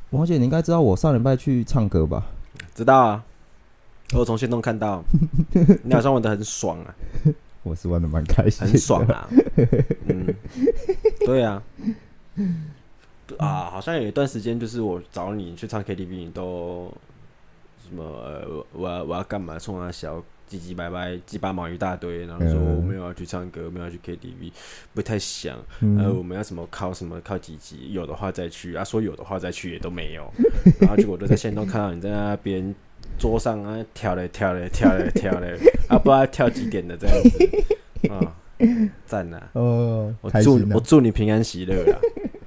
王姐，你应该知道我上礼拜去唱歌吧？ 知道啊，我从线动看到，你好像玩得很爽啊， 我是玩的蛮开心的， 很爽啊。对啊，好像有一段时间，就是我找你去唱 KTV，你都什么我要干嘛？冲他小唧唧拜拜，鸡巴毛一大堆，然后说我没有要去唱歌，没有要去 KTV，不太想。我们要什么考几级？有的话再去啊，说有的话再去也都没有。然后结果就在线动看到你在那边桌上啊跳嘞，啊不知道跳几点的这样子啊，赞啊！我祝你平安喜乐啦。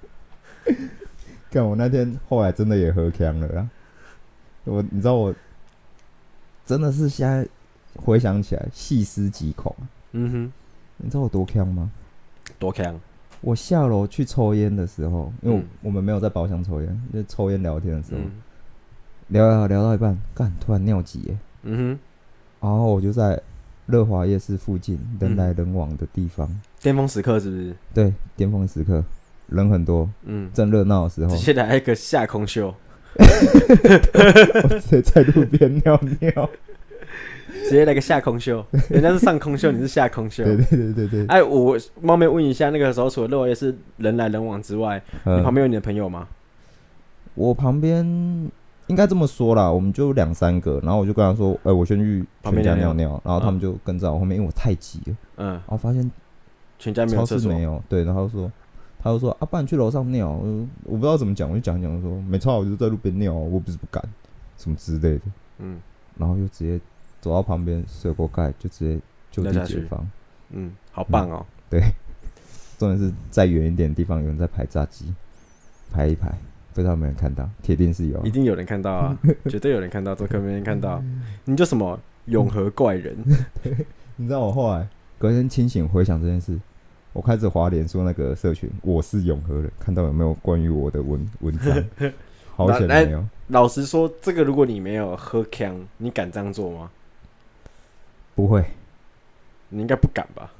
干我那天后来真的也喝呛了啦。你知道我真的是现在回想起来细思极恐。你知道我多呛吗？ 多呛！ 我下楼去抽烟的时候，因为我们没有在包厢抽烟，就抽烟聊天的时候，聊到一半，干突然尿急耶。然后我就在乐华夜市附近人来人往的地方， 巅峰时刻是不是？ 对，巅峰时刻，人很多，正热闹的时候， 直接来一个下空秀。 我直接在路边尿尿， 直接来个下空秀，人家是上空秀，你是下空秀。 对。 哎，我冒昧问一下，那个时候除了乐华夜市人来人往之外，你旁边有你的朋友吗？ 我旁边应该这么说啦，我们就2-3个，然后我就跟他说，我先去全家尿尿，然后他们就跟在我后面，因为我太急了，然后发现全家没有厕所， 没有，对，然后他就说啊，不然去楼上尿。我不知道怎么讲，我就讲说没错，我就在路边尿，我不是不敢，什么之类的。然后就直接走到旁边水沟盖，就直接就地解放。 好棒哦。 对，重点是再远一点的地方有人在排炸鸡，排一排，不知道有没有人看到？铁定是有， 一定有人看到啊，绝对有人看到，怎么可能没人看到？你就什么永和怪人？ 你知道我后来隔天清醒回想这件事。我开始滑脸书那个社群，我是永和人，看到有没有关于我的文章？好险没有。 老实说，这个如果你没有喝呛，你敢这样做吗？ 不会， 你应该不敢吧？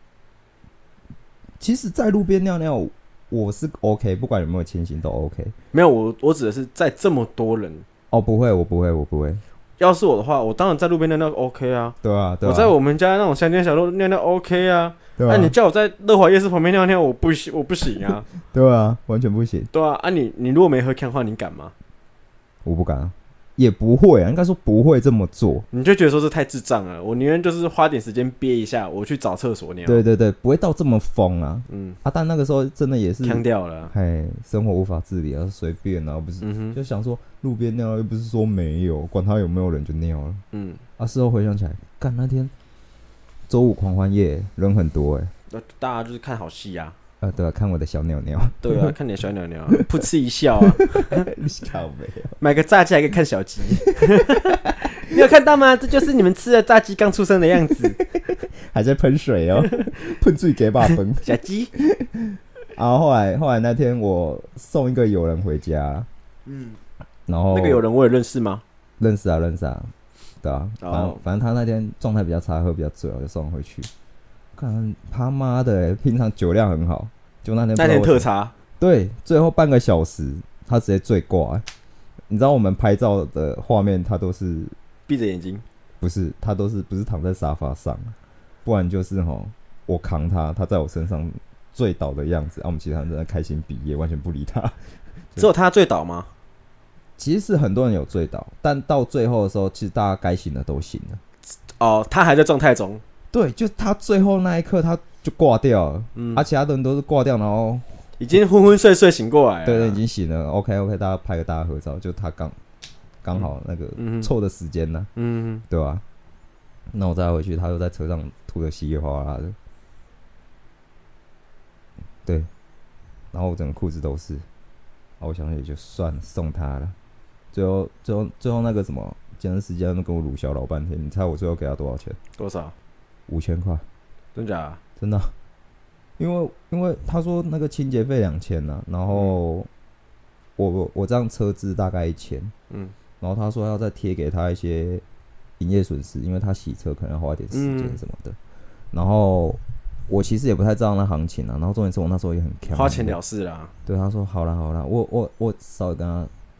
其实，在路边尿尿，我是 OK， 不管有没有清醒都 OK。 没有，我指的是在这么多人。 哦，不会，我不会。 要是我的话，我当然在路边尿尿 OK 啊。 对啊。 我在我们家那种乡间小路尿尿 OK 啊。对啊。你叫我在乐华夜市旁边尿尿，我不行啊。 对啊，完全不行。 对啊。你如果没喝呛的话，你敢吗？ 我不敢啊，也不会啊，应该说不会这么做。 你就觉得说这太智障了，我宁愿就是花点时间憋一下，我去找厕所尿。 对，不会到这么疯啊。但那个时候真的也是呛掉了， 生活无法自理啊，随便啊，不是，就想说路边尿又不是说没有，管他有没有人就尿了。事后回想起来，干那天周五狂欢夜人很多大家就是看好戏啊。 对啊，看我的小鸟鸟。 对啊，看你的小鸟鸟，噗嗤一笑啊。买个炸鸡还可以看小鸡。你有看到吗？这就是你们吃的炸鸡刚出生的样子， 还在喷水哦，喷水给爸喷小鸡。 然后后来那天我送一个友人回家，然后那个友人我也认识吗？ 认识啊，对啊，反正他那天状态比较差，喝比较醉，我就送回去。看他妈的平常酒量很好，就那天特差。对， 最后半个小时他直接醉挂。你知道我们拍照的画面，他都是闭着眼睛， 不是他都是不是躺在沙发上，不然就是我扛他在我身上醉倒的样子，我们其他人在开心毕业，完全不理他。 只有他醉倒吗？ 其实是很多人有醉倒，但到最后的时候，其实大家该醒的都醒了。 哦，他还在状态中。 对，就他最后那一刻他就挂掉了，其他的人都是挂掉，然后已经昏昏睡睡醒过来了。 对，已经醒了。OK， 大家拍个大家合照，就他刚好那个凑的时间呢，对吧？那我再回去，他又在车上吐得稀里哗啦的，对，然后我整个裤子都是，我想也就算了，送他了。最后那个什么健身时间跟我鲁小老半天，你猜我最后给他多少钱？ 多少 ？5000块。 真假的？ 真的啊。因为他说那个清洁费2000啊，然后我这样车资大概1000，然后他说要再贴给他一些营业损失，因为他洗车可能要花点时间什么的，然后我其实也不太知道那行情啊，然后重点是我那时候也很强， 花钱了事啦。 对，他说好啦，我稍微跟他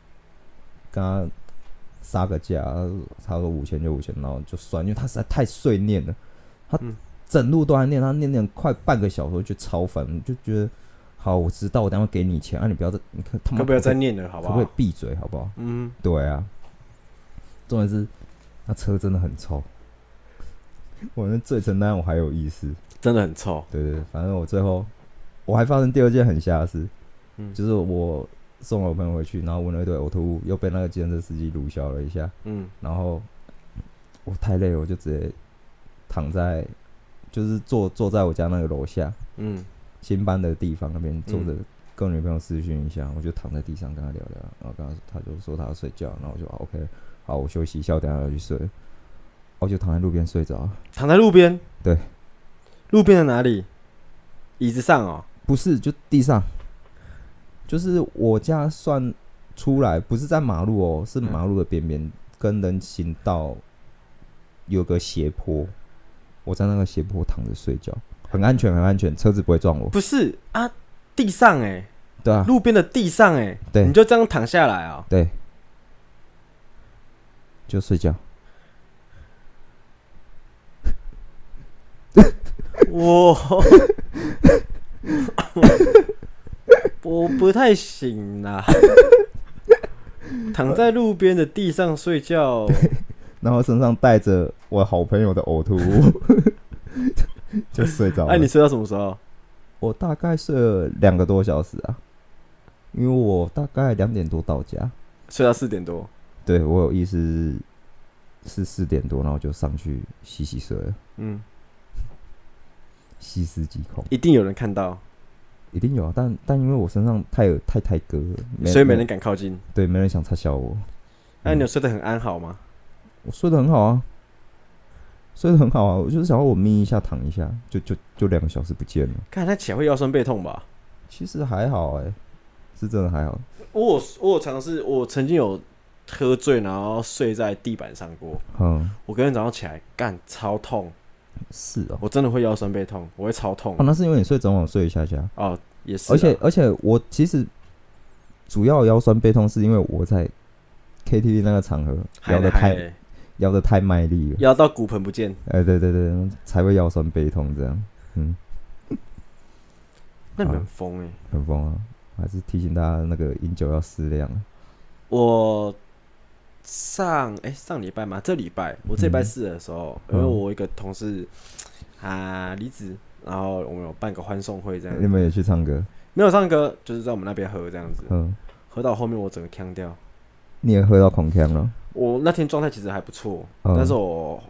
跟他杀个价，他说5000就5000，然后就算，因为他实在太碎念了，他整路都在念，他念快半个小时，就超烦，就觉得好，我知道，我等一下给你钱，你不要再，你看他妈可不要再念了，好不好？ 可不可以闭嘴，好不好？对啊，重点是那车真的很臭，我那醉成那样我还有意思， 真的很臭。 对，反正我最后我还发生第二件很瞎的事，就是我送了我朋友回去，然后闻了一堆呕吐物，又被那个计程车司机鲁小了一下，然后我太累了，我就直接躺在，就是坐在我家那个楼下，新搬的地方那边坐着，跟我女朋友私讯一下，我就躺在地上跟她聊聊，然后他就说他要睡觉，然后我就 OK， 好，我休息一下，我等一下要去睡，我就躺在路边睡着。 躺在路边？ 对， 路边的哪里？椅子上哦？ 不是，就地上。就是我家算出来，不是在马路哦，是马路的边边，跟人行道有个斜坡，我在那个斜坡躺着睡觉，很安全，很安全，车子不会撞我。 不是啊，地上对啊， 路边的地上对，你就这样躺下来啊？ 对，就睡觉。 我不太行啦，躺在路边的地上睡觉， 然后身上带着我好朋友的呕吐物，就睡着了。 你睡到什么时候？ 我大概睡了2个多小时啊，因为我大概2点多到家， 睡到4点多。 对，我有意识是4点多，然后就上去洗睡了。细思极恐， 一定有人看到。 一定有啊，但因为我身上太割了， 所以没人敢靠近。 对，没人想插小我。 那你有睡得很安好吗？ 我睡得很好啊，我就是想要我眯一下躺一下，就2个小时不见了。 看他起来会腰酸背痛吧？ 其实还好是真的还好。 我有尝试，我曾经有喝醉然后睡在地板上过。我隔天早上起来干超痛。 是哦， 我真的会腰酸背痛，我会超痛。 那是因为你睡整晚睡一下下。 也是。 而且我其实主要腰酸背痛是因为我在 KTV 那个场合摇得太卖力了， 摇到骨盆不见。 对，才会腰酸背痛这样。 那你很疯很疯啊！还是提醒大家那个饮酒要适量。 我上礼拜嘛，这礼拜我这礼拜4的时候，因为我一个同事离职，然后我们有办个欢送会这样子。 你们也去唱歌？ 没有唱歌，就是在我们那边喝这样子。喝到后面我整个呛掉。 你也喝到狂呛了？ 我那天状态其实还不错，但是我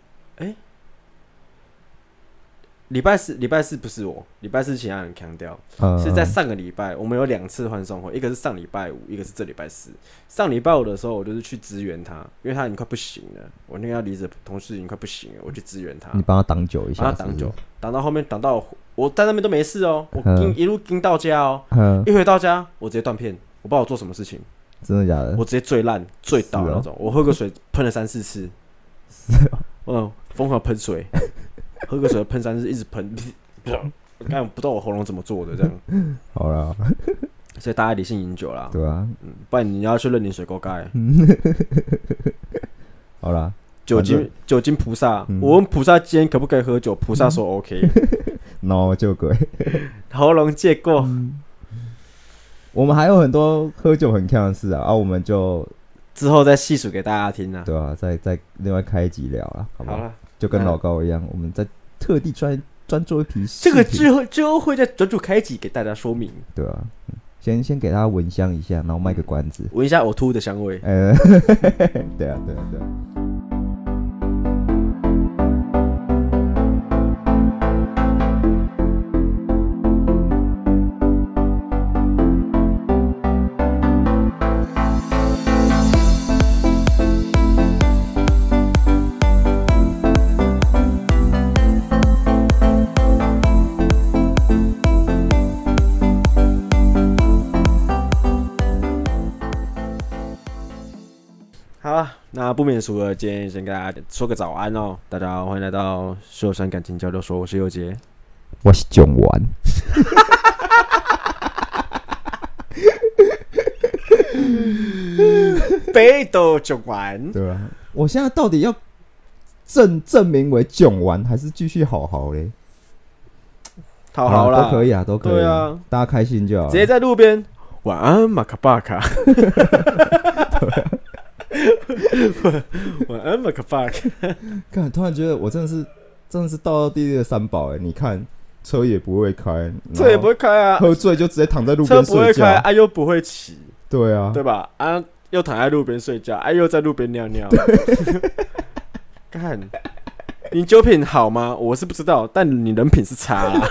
礼拜四不是我，礼拜四其他人强调，是在上个礼拜我们有2次欢送会，一个是上礼拜5，一个是这礼拜4。上礼拜5的时候，我就是去支援他，因为他已经快不行了，我那个要离职的同事已经快不行了，我去支援他。 你帮他挡酒一下， 帮他挡酒，挡到后面，挡到我在那边都没事哦，我一路跟到家哦，一回到家我直接断片，我不知道我做什么事情。 真的假的？ 我直接醉烂醉倒那种，我喝个水喷了3-4次，疯狂喷水。喝个水喷3次，一直喷，我刚不知道我喉咙怎么做的这样。 好啦， 所以大家理性饮酒啦。 对啊， 不然你要去认领水沟盖。 好啦， 酒精菩萨，我问菩萨今天可不可以喝酒，菩萨说 OK。 No 就鬼， 喉咙借过。 我们还有很多喝酒很呛的事啊，我们就之后再细数给大家听啊。 对啊，再另外开一集聊啦，好不好？ 好了。 就跟老高一样，我们在特地专做一批视频，这个之后会再专注开集给大家说明。 对啊，先给大家闻香一下，然后卖个关子， 闻一下呕吐的香味。 对啊。 那不免俗了，今天先跟大家说个早安哦。大家好，欢迎来到秀山感情交流所，我是佑杰， 我是囧丸。 北斗囧完， 对啊，我现在到底要证明为囧完，还是继续好好嘞？ 好啦， 都可以啊，都可以。 对啊， 大家开心就好。 直接在路边晚安马卡巴卡，晚安马卡巴卡。 看，突然觉得我真的是道道地地的三宝哎！你看，车也不会开， 车也不会开啊， 喝醉就直接躺在路边睡觉， 车不会开啊，又不会骑， 对啊， 对吧？啊，又躺在路边睡觉，啊，又在路边尿尿。看，你酒品好吗？我是不知道，但你人品是差啦。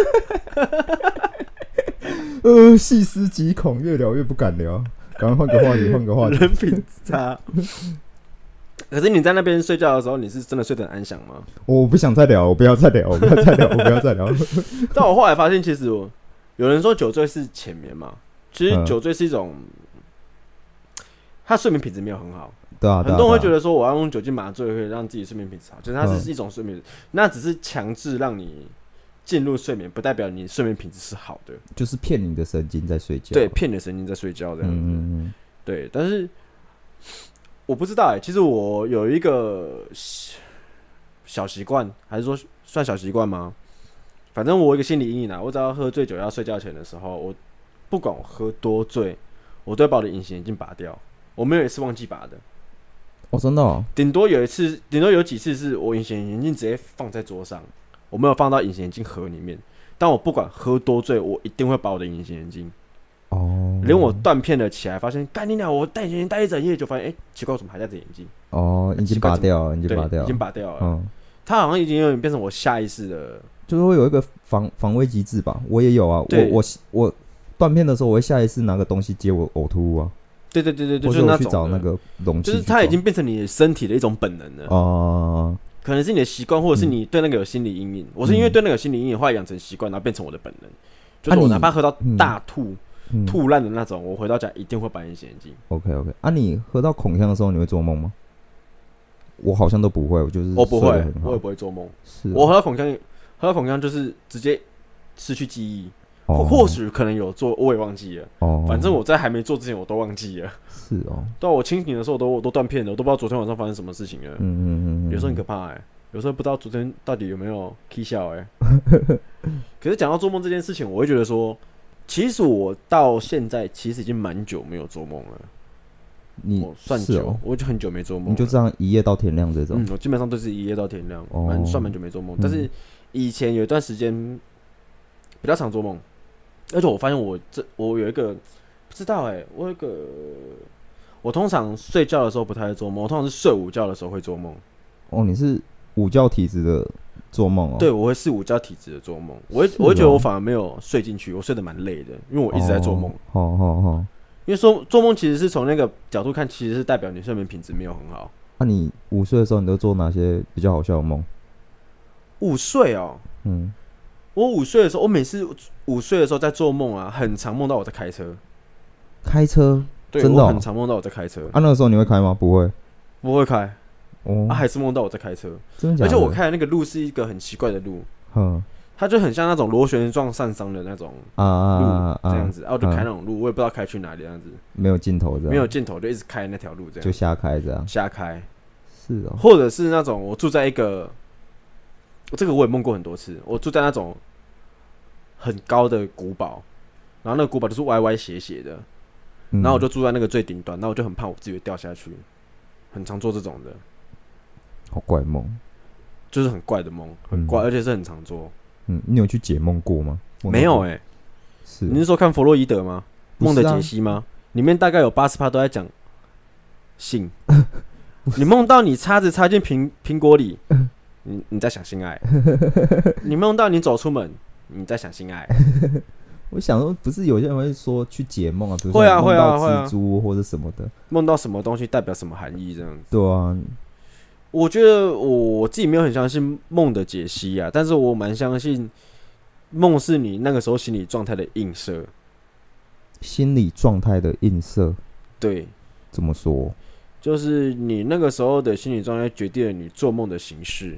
细思极恐，越聊越不敢聊。赶快换个话题，换个话题。 人品差。可是你在那边睡觉的时候，你是真的睡得很安详吗？ 我不想再聊，我不要再聊，我不要再聊，我不要再聊。 但我后来发现，其实有人说酒醉是浅眠嘛，其实酒醉是一种，他睡眠品质没有很好。 对啊， 很多人会觉得说，我要用酒精麻醉会让自己睡眠品质好，就是它只是一种睡眠，那只是强制让你进入睡眠，不代表你睡眠品质是好的， 就是骗你的神经在睡觉。 对，骗你的神经在睡觉这样子。对，但是我不知道其实我有一个小习惯，还是说算小习惯吗？反正我有一个心理阴影啊，我只要喝醉酒要睡觉前的时候，我不管我喝多醉，我都会把我的隐形眼镜拔掉。我没有一次忘记拔的。 哦，真的哦。 顶多有几次是我隐形眼镜直接放在桌上，我没有放到隐形眼镜盒里面。但我不管喝多醉，我一定会拔我的隐形眼镜。哦，连我断片了起来，发现干你娘！我戴隐形眼镜戴一整夜，就发现奇怪，我怎么还戴着眼镜？ 哦，已经拔掉了，已经拔掉了。它好像已经有点变成我下意识的， 就是会有一个防卫机制吧。我也有啊，我断片的时候，我会下意识拿个东西接我呕吐物啊。 对，就是那种去找那个容器， 就是它已经变成你身体的一种本能了。 哦， 可能是你的习惯，或者是你对那个有心理阴影。我是因为对那个有心理阴影，后来养成习惯，然后变成我的本能。就是我哪怕喝到大吐、吐烂的那种，我回到家一定会拔隐形眼镜。 OK， 啊，你喝到孔腔的时候，你会做梦吗？我好像都不会， 我不会，我也不会做梦。 是， 我喝到孔腔就是直接失去记忆。或许可能有做，我也忘记了。反正我在还没做之前，我都忘记了。 是哦。 对啊，我清醒的时候我都断片了，我都不知道昨天晚上发生什么事情了。有时候很可怕有时候不知道昨天到底有没有 K 笑可是讲到做梦这件事情，我会觉得说，其实我到现在其实已经蛮久没有做梦了。我算久，我就很久没做梦。 你就这样一夜到天亮这种？ 我基本上都是一夜到天亮，算蛮久没做梦。但是以前有一段时间比较常做梦。而且我发现我有一个不知道我有一个，我通常睡觉的时候不太会做梦，我通常是睡午觉的时候会做梦。哦， 你是午觉体质的做梦哦？ 对，我会是午觉体质的做梦。我会觉得我反而没有睡进去，我睡得蛮累的，因为我一直在做梦。因为说做梦其实是从那个角度看，其实是代表你睡眠品质没有很好。 那你午睡的时候，你都做哪些比较好笑的梦？ 午睡哦，我午睡的时候，我每次午睡的时候在做梦啊，很常梦到我在开车。 开车？ 对， 真的、 我很常梦到我在开车。 啊，那个时候你会开吗？不会， 不会开。还是梦到我在开车。 真的假的？ 而且我开的那个路是一个很奇怪的路，它就很像那种螺旋状上升的那种路这样子。我就开那种路，我也不知道开去哪里，这样子。 没有尽头，这样。 没有尽头，就一直开那条路，这样。 就瞎开这样。 瞎开。 是哦。 或者是那种我住在一个，这个我也梦过很多次。我住在那种很高的古堡，然后那个古堡就是歪歪斜斜的，然后我就住在那个最顶端，然后我就很怕我自己会掉下去，很常做这种的。 好怪梦， 就是很怪的梦，很怪，而且是很常做。 你有去解梦过吗？ 没有是。你是说看弗洛伊德吗？梦的解析吗？里面大概有80%都在讲性。你梦到你叉子插进苹果里，你在想性爱。你梦到你走出门，你在想性爱。 我想说，不是有些人会说去解梦啊，比如说梦到蜘蛛或者什么的， 梦到什么东西代表什么含义这样子。 对啊， 我觉得我自己没有很相信梦的解析啊，但是我蛮相信梦是你那个时候心理状态的映射。 心理状态的映射？对，怎么说？ 就是你那个时候的心理状态决定了你做梦的形式。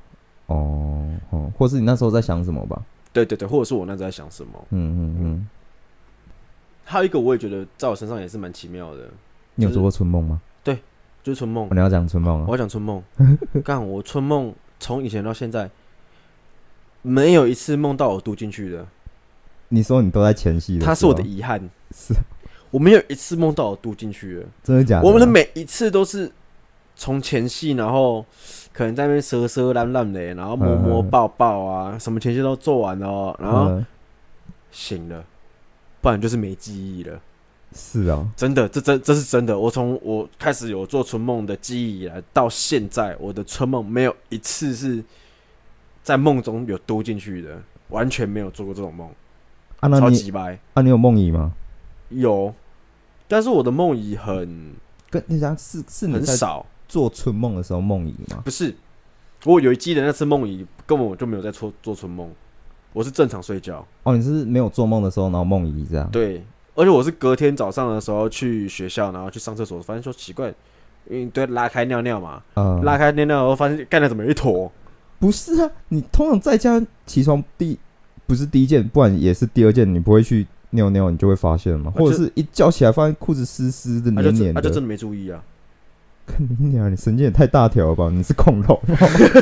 或是你那时候在想什么吧？ 对，或者是我那时候在想什么。还有一个我也觉得在我身上也是蛮奇妙的。 你有做过春梦吗？ 对， 就是春梦。 你要讲春梦啊？ 我要讲春梦。干，我春梦从以前到现在，没有一次梦到我读进去的。 你说你都在前戏的时候， 它是我的遗憾。 是， 我没有一次梦到我读进去的。 真的假的？ 我们的每一次都是从前戏，然后可能在那边蛇蛇烂烂的，然后摸摸抱抱啊，什么前戏都做完了哦，然后醒了，不然就是没记忆了。 是啊， 真的，这是真的。我从我开始有做春梦的记忆以来，到现在，我的春梦没有一次是在梦中有读进去的，完全没有做过这种梦。超级白啊！你有梦遗吗？ 有，但是我的梦遗很跟你讲是你在做春梦的时候梦遗吗？ 不是，我有一记得那次梦遗根本我就没有在做春梦，我是正常睡觉。 哦，你是没有做梦的时候，然后梦遗这样？ 对，而且我是隔天早上的时候去学校，然后去上厕所，发现说奇怪，因为对拉开尿尿嘛，拉开尿尿然后发现干了怎么有一坨？不是啊，你通常在家起床不是第一件，不然也是第二件，你不会去尿尿，你就会发现嘛，或者是一觉起来发现裤子湿湿的、黏黏的， 就真的没注意啊。 看你娘，你神经也太大条了吧？你是恐龙吗？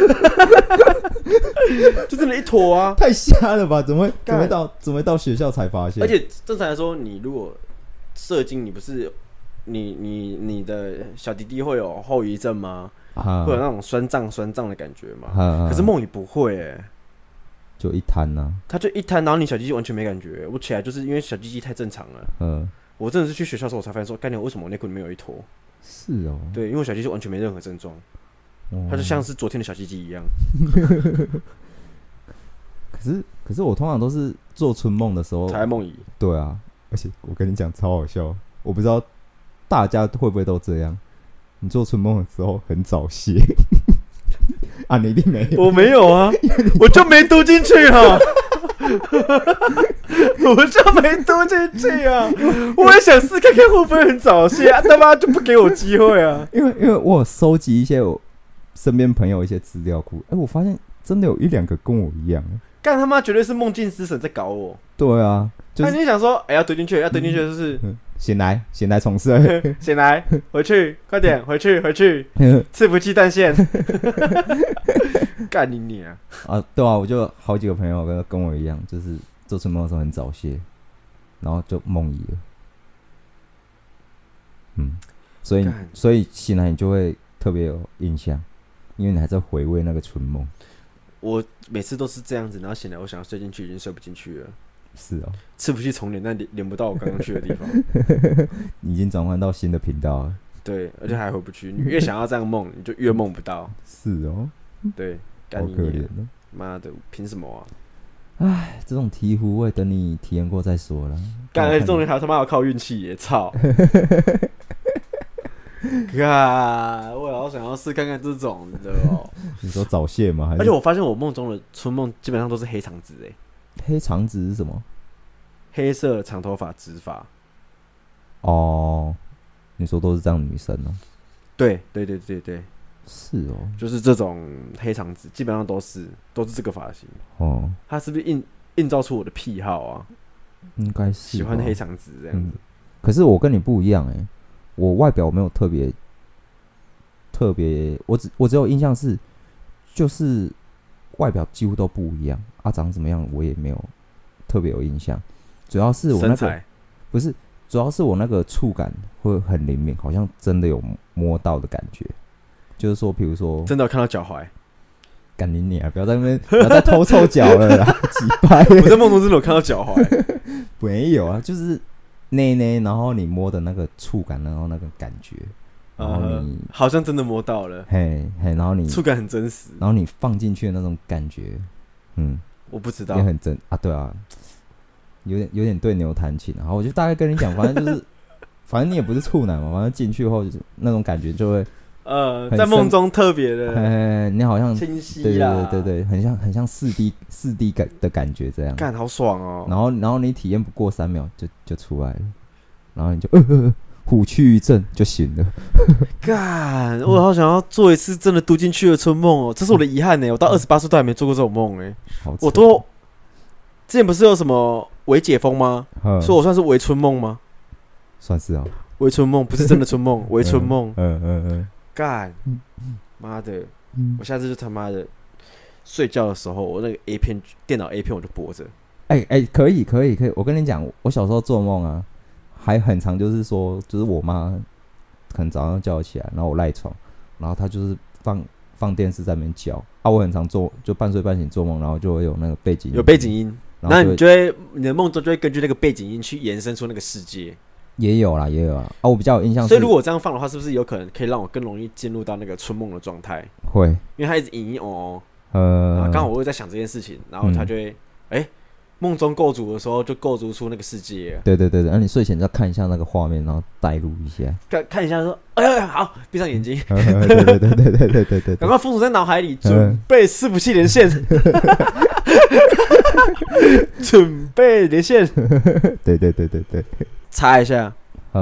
就真的一坨啊！ 太瞎了吧？怎么会到学校才发现？ 而且正常来说，你如果射精，你不是你的小弟弟会有后遗症吗？会有那种酸胀的感觉吗？可是梦里不会就一滩啊， 他就一滩，然后你小鸡鸡完全没感觉。我起来就是因为小鸡鸡太正常了。我真的是去学校的时候我才发现说，干你为什么我内裤里面有一坨？ 是哦， 对，因为我小鸡鸡完全没任何症状，它就像是昨天的小鸡鸡一样。 可是我通常都是做春梦的时候才梦遗。 对啊，而且我跟你讲超好笑，我不知道大家会不会都这样。你做春梦的时候很早泄。啊，你一定没有， 我没有啊，我就没读进去哈，我就没读进去啊，我也想试看看会不会很早泄啊，他妈就不给我机会啊， 因为我有收集一些我身边朋友一些资料库，我发现真的有一两个跟我一样， 干他妈绝对是梦境之神在搞我， 对啊，就是你想说，要读进去，就是醒来重睡， 醒来，回去，快点，回去，伺服器断线，干你啊！对啊，我就好几个朋友跟我一样，就是做春梦的时候很早泄，然后就梦遗了。所以醒来你就会特别有印象，因为你还在回味那个春梦。 我每次都是这样子，然后醒来我想要睡进去，已经睡不进去了。 是哦， 伺服器重连，但连不到我刚刚去的地方。 你已经转换到新的频道了。 对，而且还回不去。你越想要这样梦，你就越梦不到。 是哦， 对， 好可怜哦。 妈的，凭什么啊？ 唉，这种醍醐味等你体验过再说啦。 干，而且重点还他妈要靠运气耶！操！干，我好想要试看看这种的哦。 你说早泄吗？ 而且我发现我梦中的春梦基本上都是黑长直诶。 黑长直是什么？ 黑色长头发直发。 哦，你说都是这样的女生哦？ 对， 是哦， 就是这种黑长直，基本上都是这个发型哦。 它是不是映照出我的癖好啊？ 应该是喜欢黑长直这样子。 可是我跟你不一样我外表没有特别，我只有印象是，就是外表几乎都不一样啊，长怎么样我也没有特别有印象，主要是我那个不是，主要是我那个触感会很灵敏，好像真的有摸到的感觉，就是说，比如说真的有看到脚踝， 干你啊！不要在那边不要再偷臭脚了啦，几掰！ 我在梦中真的有看到脚踝， 没有啊，就是内，然后你摸的那个触感，然后那个感觉。然后你好像真的摸到了， 嘿，然后你触感很真实， 然后你放进去的那种感觉， 我不知道， 也很真啊，对啊，有点对牛弹琴啊。我就大概跟你讲，反正就是，反正你也不是处男嘛，反正进去后就是那种感觉就会， 在梦中特别的， 你好像清晰啦， 对，很像4D 的感觉这样， 干好爽哦。 然后你体验不过3秒就出来了，然后你就虎躯一震就醒了。 干，我好想要做一次真的读进去的春梦哦，这是我的遗憾呢。我到28岁都还没做过这种梦哎。我都之前不是有什么微解封吗？所以我算是微春梦吗？ 算是啊。 微春梦不是真的春梦，微春梦。干，妈的！我下次就他妈的睡觉的时候，我那个 A 片电脑 A 片我就播着。 可以。我跟你讲，我小时候做梦啊，还很常，就是说，就是我妈可能早上叫我起来，然后我赖床，然后她就是放电视在那边叫啊，我很常做，就半睡半醒做梦，然后就会有那个背景音， 有背景音，然后你的梦中就会根据那个背景音去延伸出那个世界。 也有啦啊，我比较有印象。 所以如果我这样放的话，是不是有可能可以让我更容易进入到那个春梦的状态？ 会， 因为它一直隐隐然后刚好我会在想这件事情，然后它就会梦中构筑的时候就构筑出那个世界。 对，然后你睡前再看一下那个画面，然后带入一下， 看一下说，哎呀，好，闭上眼睛。 对， 赶快封锁在脑海里，准备伺服器连线，准备连线。 对， 查一下，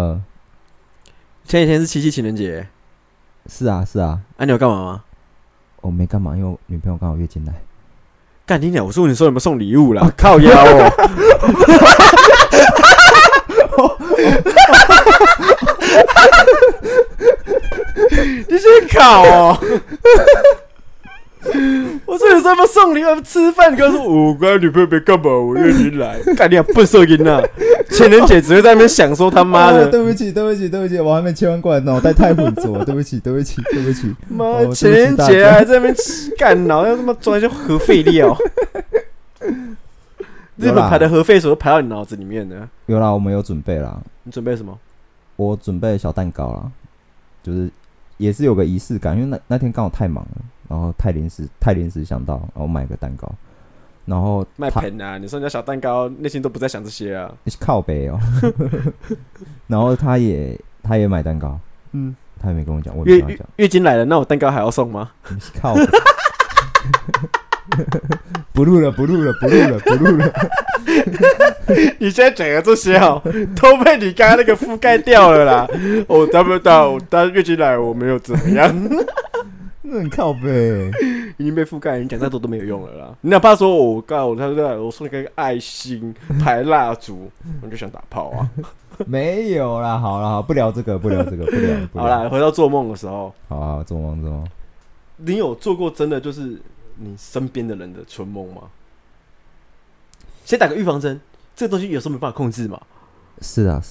前几天是7夕情人节。 是啊， 你有干嘛吗？ 我没干嘛，因为我女朋友刚好月经来。 干你娘！我说你说有没有送礼物啦？靠腰哦！你先考哦！我说你说有没有送礼物？吃饭，你跟我说我跟女朋友没干嘛，我月经来。干你娘笨色音啊！情人节只会在那边想说他妈的。 对不起，我还没切完过来，脑袋太混浊，对不起。 妈，情人节还在那边干脑，要他妈装一些核废料。日本排的核废水都排到你脑子里面的。 有啦，我们有准备啦。 你准备什么？ 我准备小蛋糕啦，就是也是有个仪式感，因为那天刚好太忙了，然后太临时想到，然后买个蛋糕，然后卖盆啊！你说人家小蛋糕，内心都不在想这些啊。 你是靠北哦。然后他也买蛋糕，他也没跟我讲，我也没跟他讲。 月经来了，那我蛋糕还要送吗？ 你是靠北。不录了。 你现在讲的这些都被你刚刚那个覆盖掉了啦。但月经来我没有怎么样。 那很靠北， 已经被覆盖，你讲再多都没有用了啦。你哪怕说我送你个爱心排蜡烛，我就想打炮啊。 没有啦，好啦，不聊这个。 好啦，回到做梦的时候， 好，做梦。 你有做过真的就是你身边的人的春梦吗？先打个预防针，这个东西有时候没办法控制嘛。 是啊。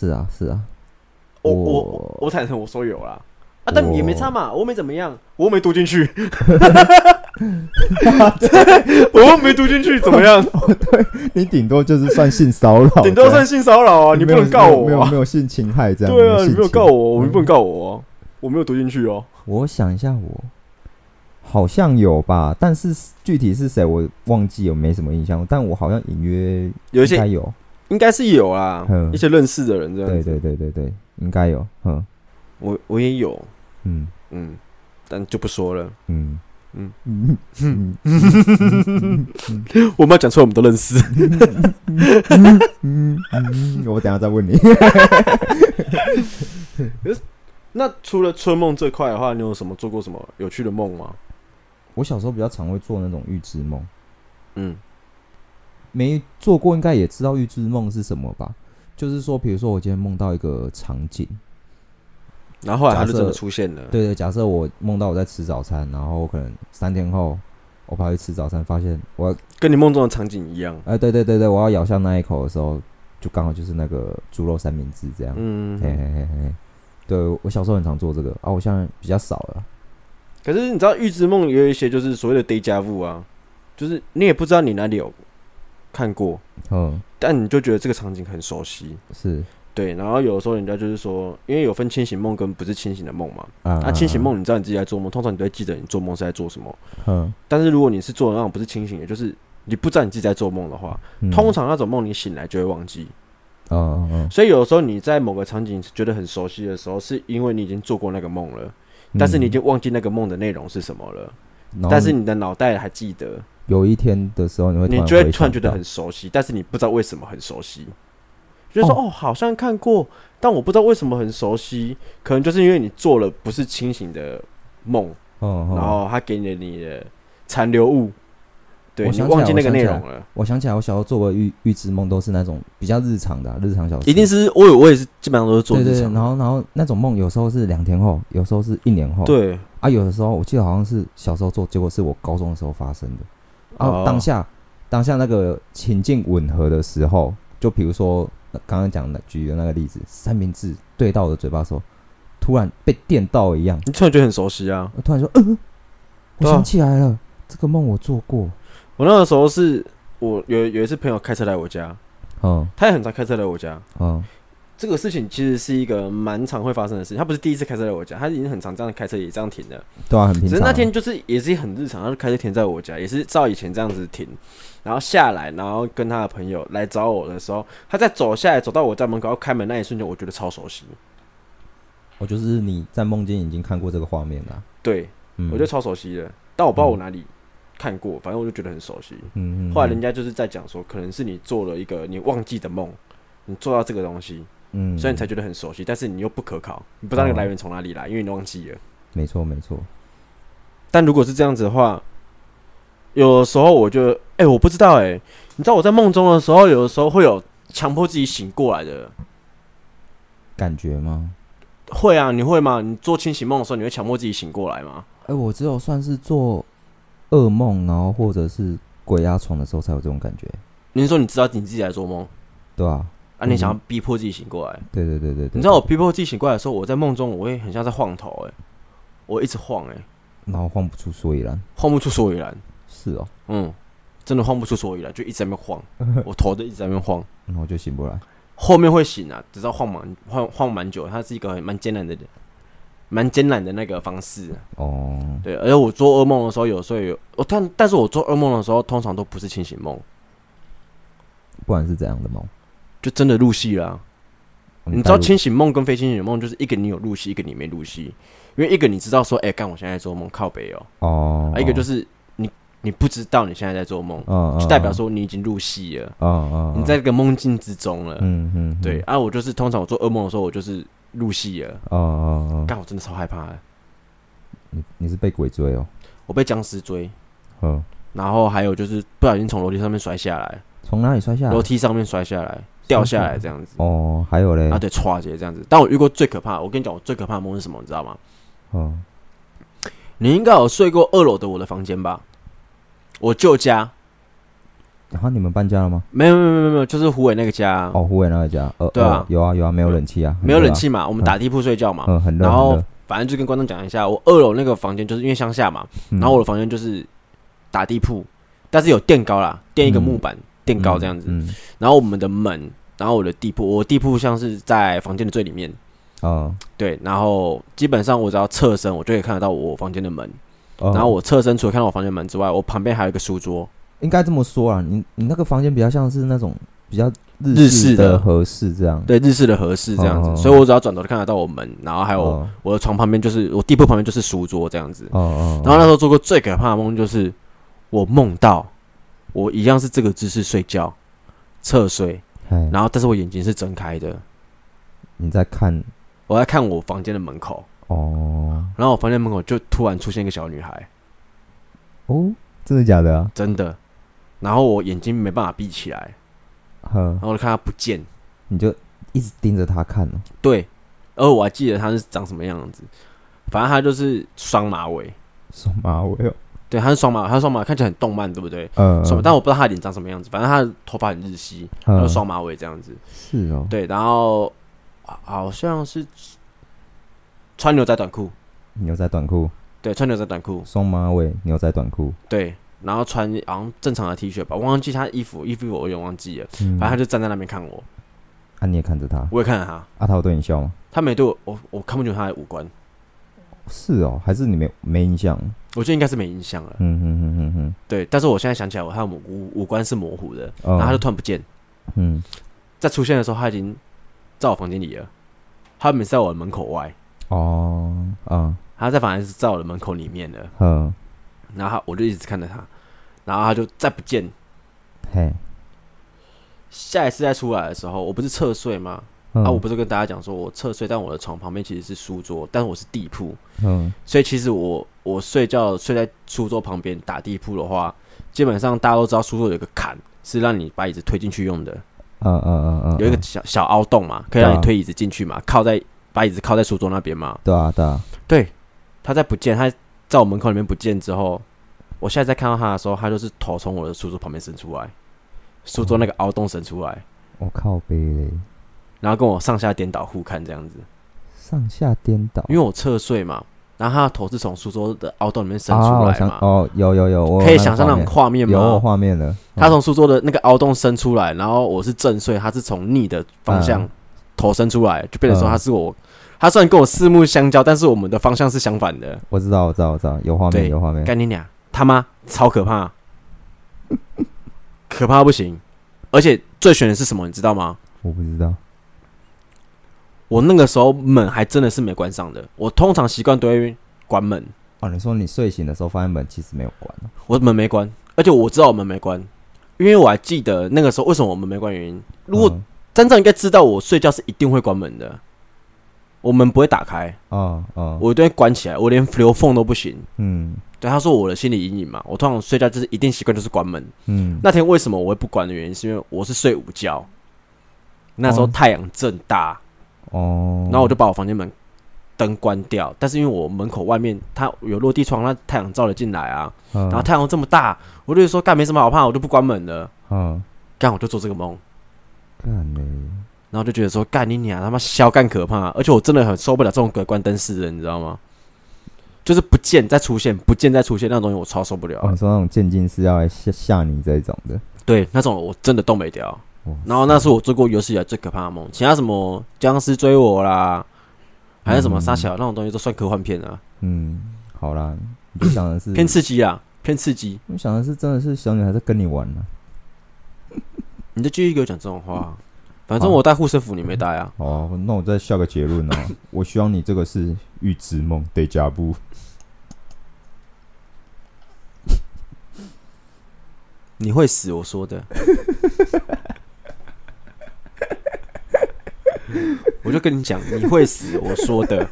我坦诚我说有啦，但也没差嘛，我没怎么样，我又没读进去。我又没读进去，怎么样？ 对，你顶多就是算性骚扰， 顶多算性骚扰啊！你不能告我， 没有性侵害这样。 对啊，你没有告我，你不能告我啊！我没有读进去哦。 我想一下，我好像有吧，但是具体是谁我忘记，有没什么印象。但我好像隐约有一些应该是有啦，一些认识的人这样子。 对，应该有。 我也有，但就不说了。我们要讲出来，我们都认识。 我等一下再问你。 那除了春梦这块的话，你有做过什么有趣的梦吗？ 我小时候比较常会做那种预知梦。没做过应该也知道预知梦是什么吧？就是说，比如说我今天梦到一个场景， 然后后来它就真的出现了。 对，假设我梦到我在吃早餐，然后可能3天后我跑去吃早餐，发现我跟你梦中的场景一样。 对，我要咬下那一口的时候，就刚好就是那个猪肉三明治这样。对，我小时候很常做这个啊，我现在比较少了。 可是你知道预知梦有一些就是所谓的 déjà vu 啊，就是你也不知道你哪里有看过，但你就觉得这个场景很熟悉。 是。 对，然后有的时候人家就是说，因为有分清醒梦跟不是清醒的梦嘛。清醒梦你知道你自己在做梦，通常你都会记得你做梦是在做什么。但是如果你是做的那种不是清醒的，就是你不知道你自己在做梦的话，通常那种梦你醒来就会忘记。所以有的时候你在某个场景觉得很熟悉的时候，是因为你已经做过那个梦了，但是你已经忘记那个梦的内容是什么了，但是你的脑袋还记得。 有一天的时候，你就会突然觉得很熟悉，但是你不知道为什么很熟悉。就是说好像看过，但我不知道为什么很熟悉，可能就是因为你做了不是清醒的梦，然后他给你的残留物， 对，你忘记那个内容了。 我想起来，我小时候做过预知梦，都是那种比较日常的、日常小事。 一定是我也是基本上都是做日常。 对，然后那种梦有时候是2天后，有时候是1年后。 对啊，有的时候我记得好像是小时候做，结果是我高中的时候发生的。当下那个情境吻合的时候，就比如说刚刚讲的举的那个例子，三明治对到我的嘴巴的时候，突然被电到一样， 你突然觉得很熟悉啊！ 我突然说，我想起来了，这个梦我做过。 我那个时候是我有一次朋友开车来我家，他也很常开车来我家，这个事情其实是一个蛮常会发生的事情。他不是第一次开车来我家，他已经很常这样开车也这样停的， 对啊，很平常。 只是那天就是也是很日常，他就开车停在我家，也是照以前这样子停，然后下来，然后跟他的朋友来找我的时候，他在走下来走到我家门口要开门那一瞬间，我觉得超熟悉。 我就是你在梦境已经看过这个画面了， 对，我觉得超熟悉的，但我不知道我哪里看过，反正我就觉得很熟悉。后来人家就是在讲说，可能是你做了一个你忘记的梦，你做到这个东西，所以你才觉得很熟悉，但是你又不可考，你不知道那个来源从哪里来，因为你忘记了。 没错。 但如果是这样子的话，有的时候我就我不知道你知道我在梦中的时候，有的时候会有强迫自己醒过来的感觉吗？ 会啊，你会吗？你做清醒梦的时候，你会强迫自己醒过来吗？ 我只有算是做噩梦，然后或者是鬼压床的时候才有这种感觉。 你是说你知道你自己在做梦？ 对啊。 你想要逼迫自己醒过来？对。 你知道我逼迫自己醒过来的时候，我在梦中我会很像在晃头我一直晃然后晃不出所以然。 是哦。 真的晃不出所以然，就一直在那边晃，我头就一直在那边晃， 然后就醒不来。 后面会醒啊，只知道晃蛮久，它是一个蛮艰难的那个方式。对，而且我做噩梦的时候，有时候但是我做噩梦的时候，通常都不是清醒梦， 不然是怎样的梦？ 就真的入戏了你知道清醒梦跟非清醒梦，就是一个你有入戏，一个你没入戏。因为一个你知道说，干我现在在做梦，靠北一个就是你不知道你现在在做梦，就代表说你已经入戏了，你在这个梦境之中了。对我就是通常我做噩梦的时候，我就是入戏了。干我真的超害怕的。 你是被鬼追哦？ 我被僵尸追。然后还有就是不小心从楼梯上面摔下来。 从哪里摔下来？ 楼梯上面摔下来，掉下来这样子。 还有嘞？ 对，歘姐这样子。但我遇过最可怕的，我跟你讲，我最可怕的梦是什么，你知道吗？你应该有睡过2楼的我的房间吧？我旧家。 然后你们搬家了吗？ 没有，就是虎尾那个家。 虎尾那个家。 对啊， 有啊，没有冷气啊。 没有冷气嘛，我们打地铺睡觉嘛。 很热。 然后反正就跟观众讲一下，我2楼那个房间就是因为乡下嘛，然后我的房间就是打地铺，但是有垫高啦，垫一个木板垫高这样子。然后我们的门，然后我的地铺，我地铺像是在房间的最里面。对，然后基本上我只要侧身，我就可以看得到我房间的门。然后我侧身除了看到我房间门之外，我旁边还有一个书桌。 应该这么说啦，你那个房间比较像是那种比较日式的和室这样。 对，日式的和室这样子，所以我只要转头就看得到我门，然后还有我的床旁边就是我地铺旁边就是书桌这样子。然后那时候做过最可怕的梦就是我梦到我一样是这个姿势睡觉，侧睡，然后但是我眼睛是睁开的。 你在看？ 我在看我房间的门口。然后我房间门口就突然出现一个小女孩。 真的假的啊？ 真的。然后我眼睛没办法闭起来，然后我就看她不见， 你就一直盯着她看对，而我还记得她是长什么样子，反正她就是双马尾。 双马尾对，她是双马，看起来很动漫，对不对？但我不知道她的脸长什么样子，反正她的头发很日系，然后双马尾这样子。 是哦。 对，然后好像是穿牛仔短裤。对，穿牛仔短裤， 双马尾，牛仔短裤。 对，然后穿好像正常的 T 恤吧，我忘记他衣服我有点忘记了。反正他就站在那边看我。 你也看着他？ 我也看着他。 他有对你笑吗？ 他没对我看不清他的五官。 是哦，还是你没印象？ 我觉得应该是没印象了。对，但是我现在想起来，他的五官是模糊的，然后他就突然不见。在出现的时候，他已经在我房间里了。他每次在我的门口外。他在反而是在我的门口里面了。然后我就一直看着他，然后他就再不见。下一次再出来的时候，我不是侧睡吗？我不是跟大家讲说我侧睡，但我的床旁边其实是书桌，但我是地铺。所以其实我睡觉睡在书桌旁边打地铺的话， 基本上大家都知道书桌有一个坎是让你把椅子推进去用的，有一个小凹洞嘛，可以让你推椅子进去嘛，把椅子靠在书桌那边嘛。 对啊，对啊。 对，他在不见，他在我门口里面不见之后，我现在在看到他的时候，他就是头从我的书桌旁边伸出来，书桌那个凹洞伸出来， 我靠背嘞， 然后跟我上下颠倒互看这样子。 上下颠倒， 因为我侧睡嘛，然后他的头是从书桌的凹洞里面伸出来嘛。 有， 可以想象那种画面吗？ 有画面了。 他从书桌的那个凹洞伸出来，然后我是正睡，他是从逆的方向头伸出来，就变成说他虽然跟我四目相交，但是我们的方向是相反的。 我知道，有画面，有画面。 干你娘，他妈超可怕，可怕不行。而且最悬的是什么，你知道吗？ 我不知道。 我那个时候门还真的是没关上的，我通常习惯都会关门。 哦，你说你睡醒的时候发现门其实没有关， 我门没关，而且我知道我门没关，因为我还记得那个时候为什么我门没关的原因。如果真正应该知道我睡觉是一定会关门的，我门不会打开，我一定会关起来，我连留缝都不行。对，他说我的心理阴影嘛，我通常睡觉就是一定习惯就是关门。那天为什么我会不关的原因，是因为我是睡午觉，那时候太阳正大。然后我就把我房间门灯关掉，但是因为我门口外面它有落地窗，那太阳照了进来啊，然后太阳这么大，我就说干没什么好怕，我就不关门了。干我就做这个梦，然后就觉得说干你娘他妈小干可怕，而且我真的很受不了这种隔关灯式的，你知道吗？就是不见再出现，不见再出现那种东西，我超受不了。 你说那种渐进式要来吓你这一种的， 对，那种我真的动没掉。然后那是我做过有史以来最可怕的梦，其他什么僵尸追我啦，还是什么杀小那种东西都算科幻片啊。 好啦，你就想的是偏刺激啊，偏刺激。 我想的是真的是小女孩在跟你玩啊。 你就继续给我讲这种话，反正我带护身符，你没带啊。 那我再下个结论啊，我希望你这个是预知梦，déjà vu。 你会死，我说的。我就跟你讲，你会死，我说的。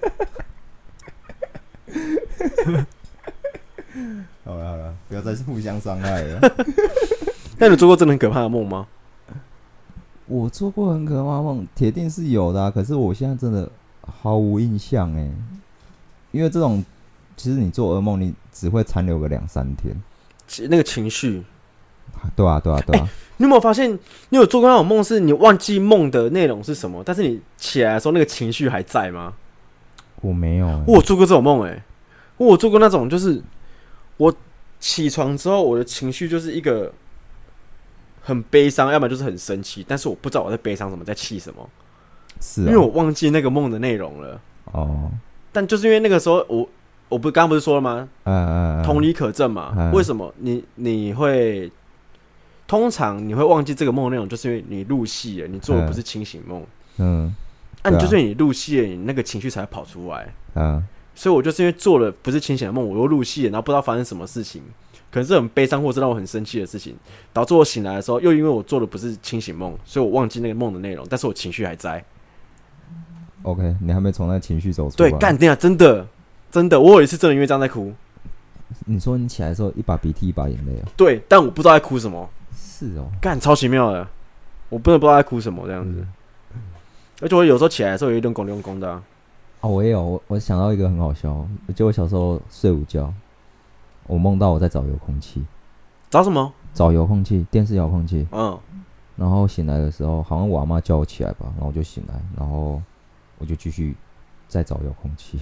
好了，不要再互相伤害了。 那你做过真的很可怕的梦吗？ 我做过很可怕的梦，铁定是有的可是我现在真的毫无印象因为这种，其实你做噩梦，你只会残留个2-3天， 那个情绪。 对啊。 你有没有发现，你有做过那种梦，是你忘记梦的内容是什么，但是你起来的时候那个情绪还在吗？ 我没有我有做过这种梦我有做过那种，就是我起床之后，我的情绪就是一个很悲伤，要么就是很生气，但是我不知道我在悲伤什么，在气什么， 是因为我忘记那个梦的内容了。但就是因为那个时候我刚刚不是说了吗？同理可证嘛。为什么你会？通常你会忘记这个梦的内容，就是因为你入戏了，你做的不是清醒梦。你就是你入戏了，你那个情绪才会跑出来。所以我就是因为做了不是清醒的梦，我又入戏了，然后不知道发生什么事情，可能是很悲伤或是让我很生气的事情，导致我醒来的时候，又因为我做的不是清醒梦，所以我忘记那个梦的内容，但是我情绪还在。 OK， 你还没从那个情绪走出来。 对，干掉，真的，我有一次真的因为这样在哭。 你说你起来的时候一把鼻涕一把眼泪对，但我不知道在哭什么。 是干超奇妙的，我真的不知道在哭什么这样子。而且我有时候起来的时候有一点公的我也有，我想到一个很好笑，就我小时候睡午觉，我梦到我在找遥控器。 找什么？ 找遥控器，电视遥控器。然后醒来的时候，好像我阿嬷叫我起来吧，然后我就醒来，然后我就继续再找遥控器，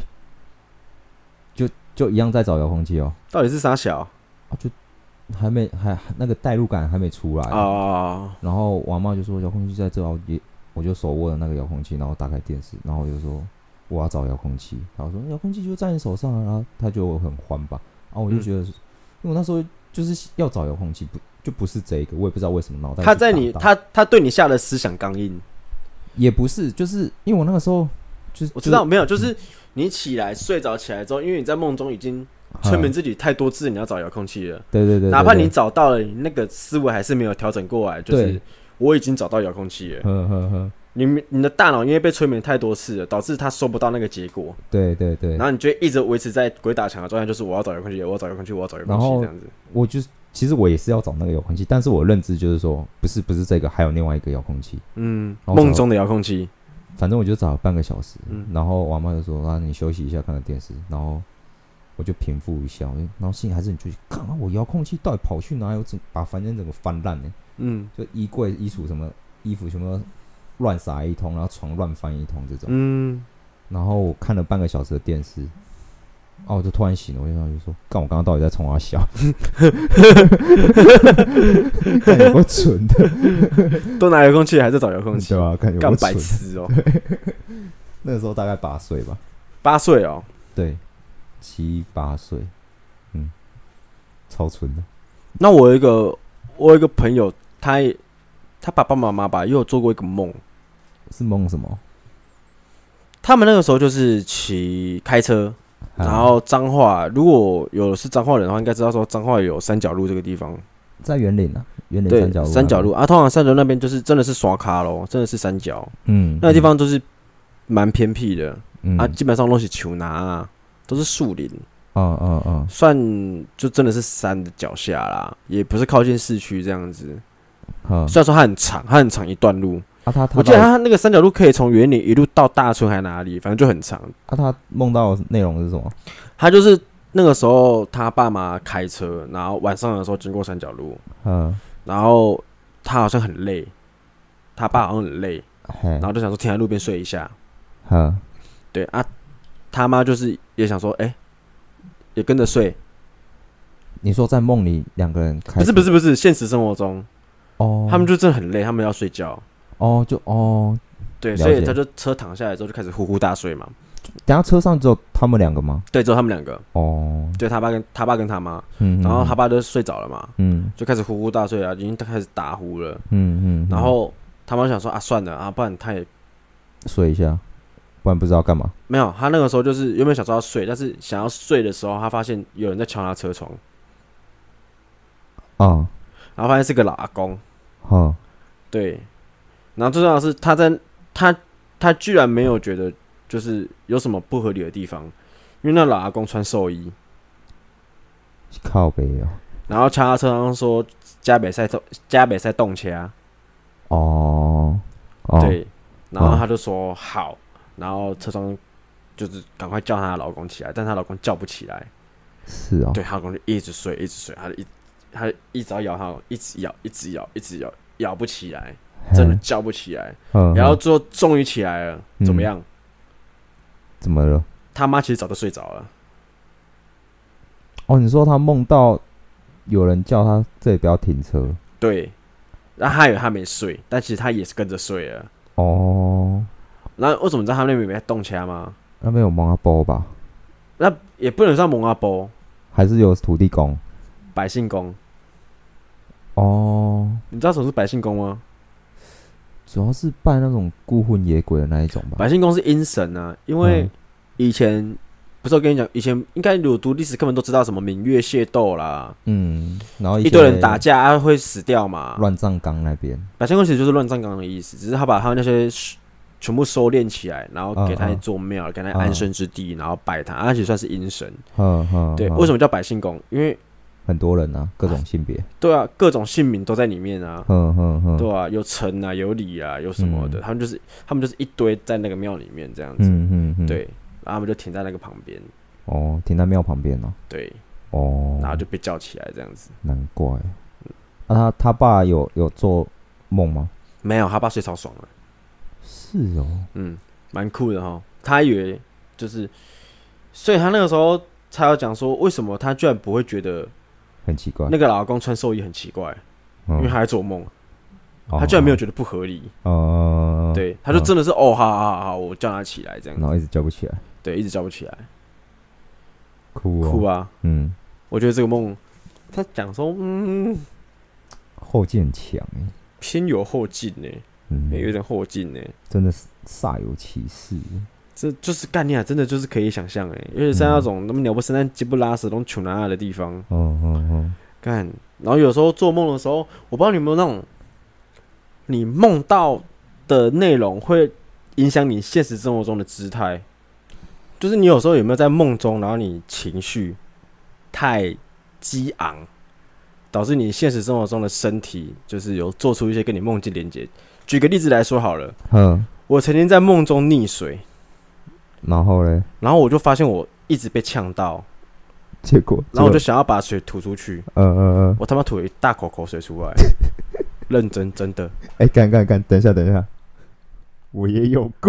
就一样在找遥控器到底是啥小？ 就还那个代入感还没出来然后我阿嬷就说遥控器在这，我就手握了那个遥控器，然后打开电视，然后我就说我要找遥控器，然后说遥控器就在你手上然后他觉得我很欢吧，然后我就觉得，因为我那时候就是要找遥控器，就不是这个，我也不知道为什么脑袋他对你下的思想刚硬， 也不是，就是因为我那个时候我知道没有，就是你睡着起来之后，因为你在梦中已经催眠自己太多次，你要找遥控器了。 对， 哪怕你找到了，你那个思维还是没有调整过来，就是我已经找到遥控器了。你的大脑因为被催眠太多次了，导致他收不到那个结果。 对，然后你就一直维持在鬼打墙的状态，就是我要找遥控器，我要找遥控器，我要找遥控器这样子。 我就其实我也是要找那个遥控器，但是我认知就是说，不是这个，还有另外一个遥控器。 梦中的遥控器。 反正我就找了半个小时，然后我妈就说：“啊，你休息一下，看看电视。”然后我就平复一下，然后心里还是很就看啊，我遥控器到底跑去哪里？我把房间整个翻烂呢。就衣柜、衣橱什么衣服全部乱撒一通，然后床乱翻一通这种。然后我看了半个小时的电视。我就突然醒了，我就说：“干，我刚刚到底在冲啥小？干有够蠢的， 都拿遥控器还是找遥控器？ 对吧？干有够白痴哦！ 那个时候大概8岁吧 ，8岁哦， 对，7、8岁，超蠢的。 那我有一个朋友，他爸爸妈妈吧，也有做过一个梦， 是梦什么？ 他们那个时候就是开车。然后彰化，如果有是彰化人的话，应该知道说彰化有三角路这个地方， 在园林啊，园林三角路啊，通常三角路那边就是真的是刷卡咯，真的是山脚，那个地方都是蛮偏僻的，基本上都是树拿，都是树林，算就真的是山的脚下啦，也不是靠近市区这样子，虽然说它很长一段路。我记得他那个三角路可以从园林一路到大村还哪里，反正就很长。 他梦到的内容是什么？ 他就是那个时候他爸妈开车，然后晚上的时候经过三角路，然后他好像很累，他爸好像很累，然后就想说停在路边睡一下。对啊，他妈就是也想说，也跟着睡。 你说在梦里两个人开？ 不是，现实生活中，他们就真的很累，他们要睡觉。对，所以他就车躺下来之后就开始呼呼大睡嘛。 等下车上只有他们两个吗？ 对，只有他们两个。对，他爸跟他妈，然后他爸就睡着了嘛，就开始呼呼大睡啊，已经开始打呼了。然后他妈想说算了啊，不然他也睡一下，不然不知道干嘛。 没有，他那个时候就是原本想说要睡，但是想要睡的时候，他发现有人在敲他车窗。然后发现是个老阿公。对。然后最重要的是，他居然没有觉得就是有什么不合理的地方，因为那老阿公穿寿衣， 靠北哦。 然后敲他车上说加北赛动车。对，然后他就说好，然后车窗就是赶快叫她的老公起来，但她老公叫不起来。 是哦。 对，她老公就一直睡，他一直要摇他，一直摇，摇不起来。真的叫不起来，然后最后终于起来了，怎么样？ 怎么了？ 他妈其实早就睡着了。 你说他梦到有人叫他这里不要停车。 对，然后他以为他没睡，但其实他也是跟着睡了。然后为什么你知道他那边没在动车吗？ 那边有蒙阿波吧？ 那也不能算蒙阿波， 还是有土地公、 百姓公。你知道什么是百姓公吗？ 主要是拜那种孤魂野鬼的那一种吧。 百姓公是阴神啊，因为以前不是我跟你讲，以前应该有读历史课本都知道什么闽越械斗啦， 然后一堆人打架会死掉嘛。 乱葬岗那边， 百姓公其实就是乱葬岗的意思，只是他把他那些全部收敛起来，然后给他做庙，给他安身之地，然后拜他，他其实算是阴神。对，为什么叫百姓公？因为很多人啊，各种性别。对啊，各种姓名都在里面啊。对啊，有陈啊，有李啊，有什么的，他们就是一堆在那个庙里面这样子。对，然后他们就停在那个旁边。 停在庙旁边哦。 对。然后就被叫起来这样子。 难怪。他爸有做梦吗？ 没有，他爸睡超爽了。 是哦。 蛮酷的哈。他以为就是，所以他那个时候才要讲说，为什么他居然不会觉得。 很奇怪， 那个老公穿寿衣很奇怪，因为他在做梦，他居然没有觉得不合理。对，他就真的是好，我叫他起来这样子， 然后一直叫不起来， 对，一直叫不起来， 酷吧？我觉得这个梦，他讲说， 后劲很强偏有后劲有点后劲真的是煞有其事。 这就是概念，真的就是可以想象因为像那种那么鸟不生蛋、鸡不拉屎、那种穷难的地方，干。然后有时候做梦的时候，我不知道你有没有那种，你梦到的内容会影响你现实生活中的姿态，就是你有时候有没有在梦中，然后你情绪太激昂导致你现实生活中的身体就是有做出一些跟你梦境连接。举个例子来说好了，我曾经在梦中溺水， 然后嘞， 然后我就发现我一直被呛到， 结果， 然后我就想要把水吐出去，我他妈吐了一大口口水出来，认真真的。 干，等一下，我也有过。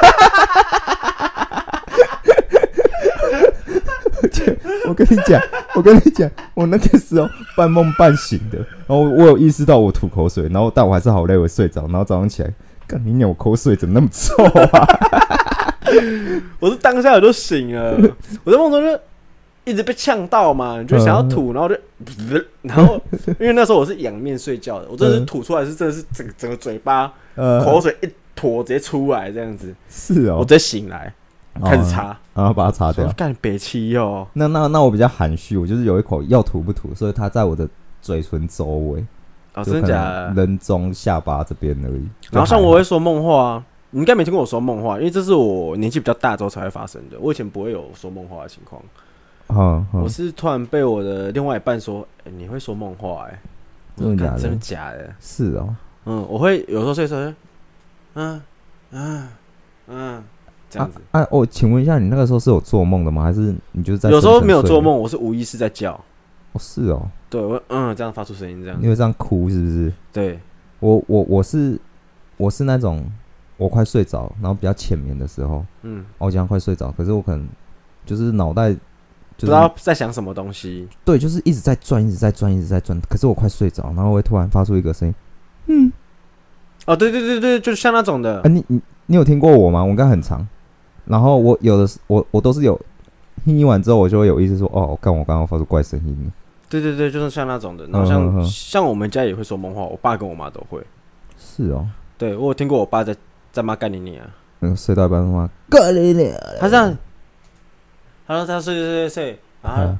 我跟你讲，我那个时候半梦半醒的，然后我有意识到我吐口水，然后但我还是好累，我睡着，然后早上起来，干你鸟，我口水怎么那么臭啊？ 我是当下我就醒了，我在梦中就一直被呛到嘛，你就想要吐，然后因为那时候我是仰面睡觉的，我真的是吐出来是真的是整个嘴巴口水一坨直接出来这样子， 是哦， 我直接醒来。开始擦， 然后把它擦掉。 干北七哦。 那我比较含蓄，我就是有一口要吐不吐，所以它在我的嘴唇周围。 哦，真的假的？ 人中下巴这边而已。 然后像我会说梦话啊，你应该没听过我说梦话，因为这是我年纪比较大之后才会发生的。我以前不会有说梦话的情况。我是突然被我的另外一半说：“你会说梦话？” 真的假的？ 真的假的？ 是哦。 我会有时候睡说，这样子请问一下，你那个时候是有做梦的吗？还是你就是在有时候没有做梦，我是无意识在叫。 是哦。 对，我这样发出声音，这样。 因为这样哭是不是？ 对， 我是那种我快睡着，然后比较浅眠的时候，我讲快睡着，可是我可能就是脑袋不知道在想什么东西。 对，就是一直在转，可是我快睡着，然后我会突然发出一个声音， 对，就像那种的。 你有听过我吗？我刚很长。然后我都是有听完之后，我就会有意识说，我刚刚发出怪声音。 对，就是像那种的。然后像我们家也会说梦话，我爸跟我妈都会。 是哦。对， 我有听过我爸在骂干你娘。 睡到一半骂干你娘。 他这样，他睡，然后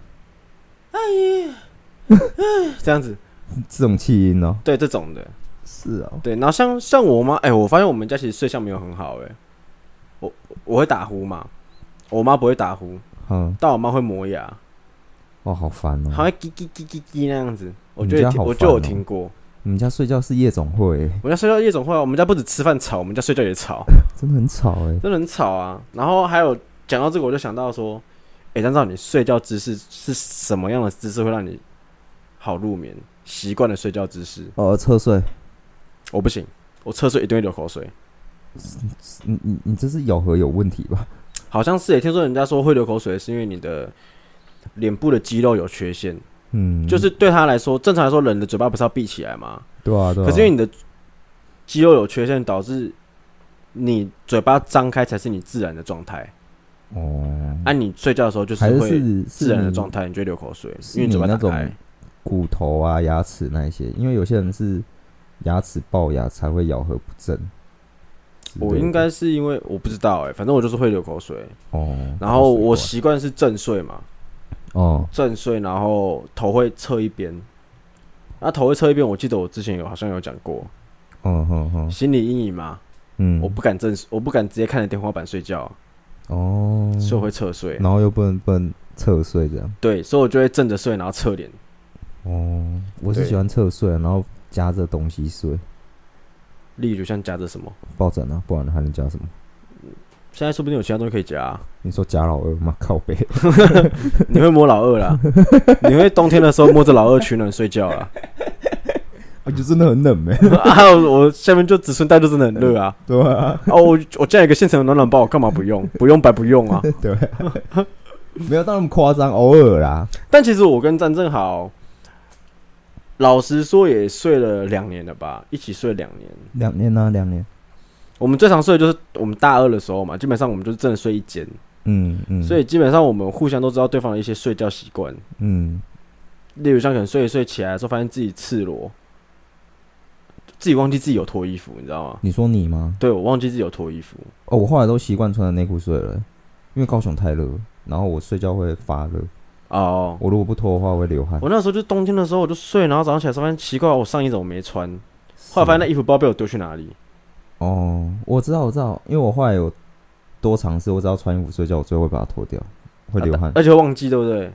这样子， 这种气音哦。 对，这种的。 是哦。 对，然后像我妈，我发现我们家其实睡相没有很好，我会打呼嘛，我妈不会打呼，但我妈会磨牙。 好烦哦！ 好像叽叽叽叽叽那样子，我就有听过。 你们家睡觉是夜总会？ 我们家睡觉夜总会啊！我们家不止吃饭吵，我们家睡觉也吵， 真的很吵真的很吵啊！然后还有讲到这个，我就想到说，张照，你睡觉姿势是什么样的姿势会让你好入眠？习惯的睡觉姿势？ 侧睡。 我不行，我侧睡一定会流口水。 你这是咬合有问题吧？ 好像是听说人家说会流口水是因为你的脸部的肌肉有缺陷。就是对他来说，正常来说，人的嘴巴不是要闭起来吗？ 对啊。 可是因为你的肌肉有缺陷，导致你嘴巴张开才是你自然的状态。你睡觉的时候就是会自然的状态，你就会流口水，因为你嘴巴打开。 骨头啊、牙齿那一些，因为有些人是牙齿龅牙才会咬合不正。 我应该是因为我不知道反正我就是会流口水。然后我习惯是正睡嘛。正睡，然后头会侧一边。头会侧一边，我记得我之前好像有讲过。心理阴影嘛。我不敢直接看着天花板睡觉。所以我会侧睡。 然后又不能侧睡这样。 对，所以我就会正着睡，然后侧脸。 我是喜欢侧睡，然后夹着东西睡。 例如像夹着什么？ 抱枕啊，不然还能夹什么？ 现在说不定有其他东西可以夹。 你说夹老二吗？靠北。 你会摸老二啦？你会冬天的时候摸着老二取暖睡觉啦？ 就真的很冷我下面就子孙袋就真的很热啊。 对啊。 我家有一个现成的暖暖包，我干嘛不用？不用白不用啊。 对。没有到那么夸张，偶尔啦。 但其实我跟张正豪，老实说也睡了2年了吧，一起睡2年。 2年啊，2年。 我们最常睡的就是我们大2的时候嘛，基本上我们就是真的睡一间。所以基本上我们互相都知道对方的一些睡觉习惯。例如像可能睡一睡起来的时候，发现自己赤裸，自己忘记自己有脱衣服，你知道吗？ 你说你吗？ 对，我忘记自己有脱衣服。 我后来都习惯穿着内裤睡了，因为高雄太热，然后我睡觉会发热。我如果不脱的话，我会流汗。 我那时候就冬天的时候我就睡，然后早上起来发现奇怪，我上衣怎么没穿？后来发现那衣服不知道被我丢去哪里。 我知道，因为我后来有多尝试，我只要穿衣服睡觉，我最后会把它脱掉，会流汗， 而且会忘记，对不对？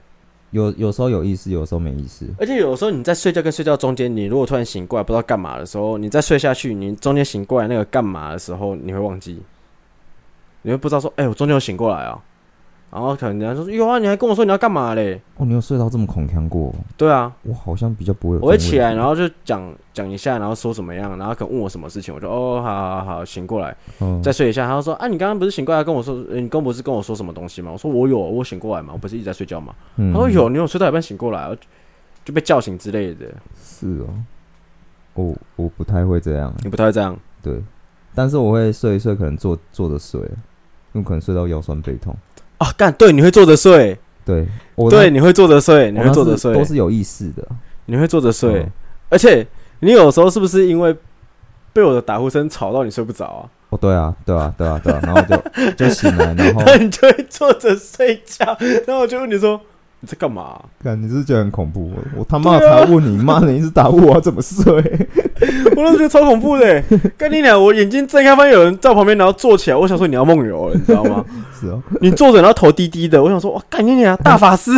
有时候有意识，有时候没意识。 而且有时候你在睡觉跟睡觉中间，你如果突然醒过来不知道干嘛的时候，你再睡下去，你中间醒过来那个干嘛的时候，你会忘记，你会不知道说，我中间有醒过来啊。然后可能人家说有啊，你还跟我说你要干嘛嘞？ 哦，你有睡到这么恐腔过？ 对啊， 我好像比较不会有。 我会起来，然后就讲一下，然后说怎么样，然后可能问我什么事情，我就好，醒过来，再睡一下。他就说你刚刚不是醒过来跟我说，你刚不是跟我说什么东西吗？我说我醒过来嘛，我不是一直在睡觉吗？他说有，你有睡到一半醒过来，就被叫醒之类的。 是哦，我不太会这样。 你不太会这样？ 对，但是我会睡一睡，可能坐着睡，因为可能睡到腰酸背痛。 对，你会坐着睡。 对， 你会坐着睡，你会坐着睡， 都是有意识的。 你会坐着睡，而且你有时候是不是因为被我的打呼声吵到你睡不着啊？ 对啊，然后就醒来，然后你就会坐着睡觉，然后我就问你说你在干嘛？ 看你是不是觉得很恐怖？我他妈才问你，妈的，你一直打呼，我要怎么睡？ 我都觉得超恐怖的。跟你讲，我眼睛睁开发现有人在我旁边，然后坐起来，我想说你要梦游了，你知道吗？ 是哦， 你坐着然后头低低的，我想说哇，干你娘大法师！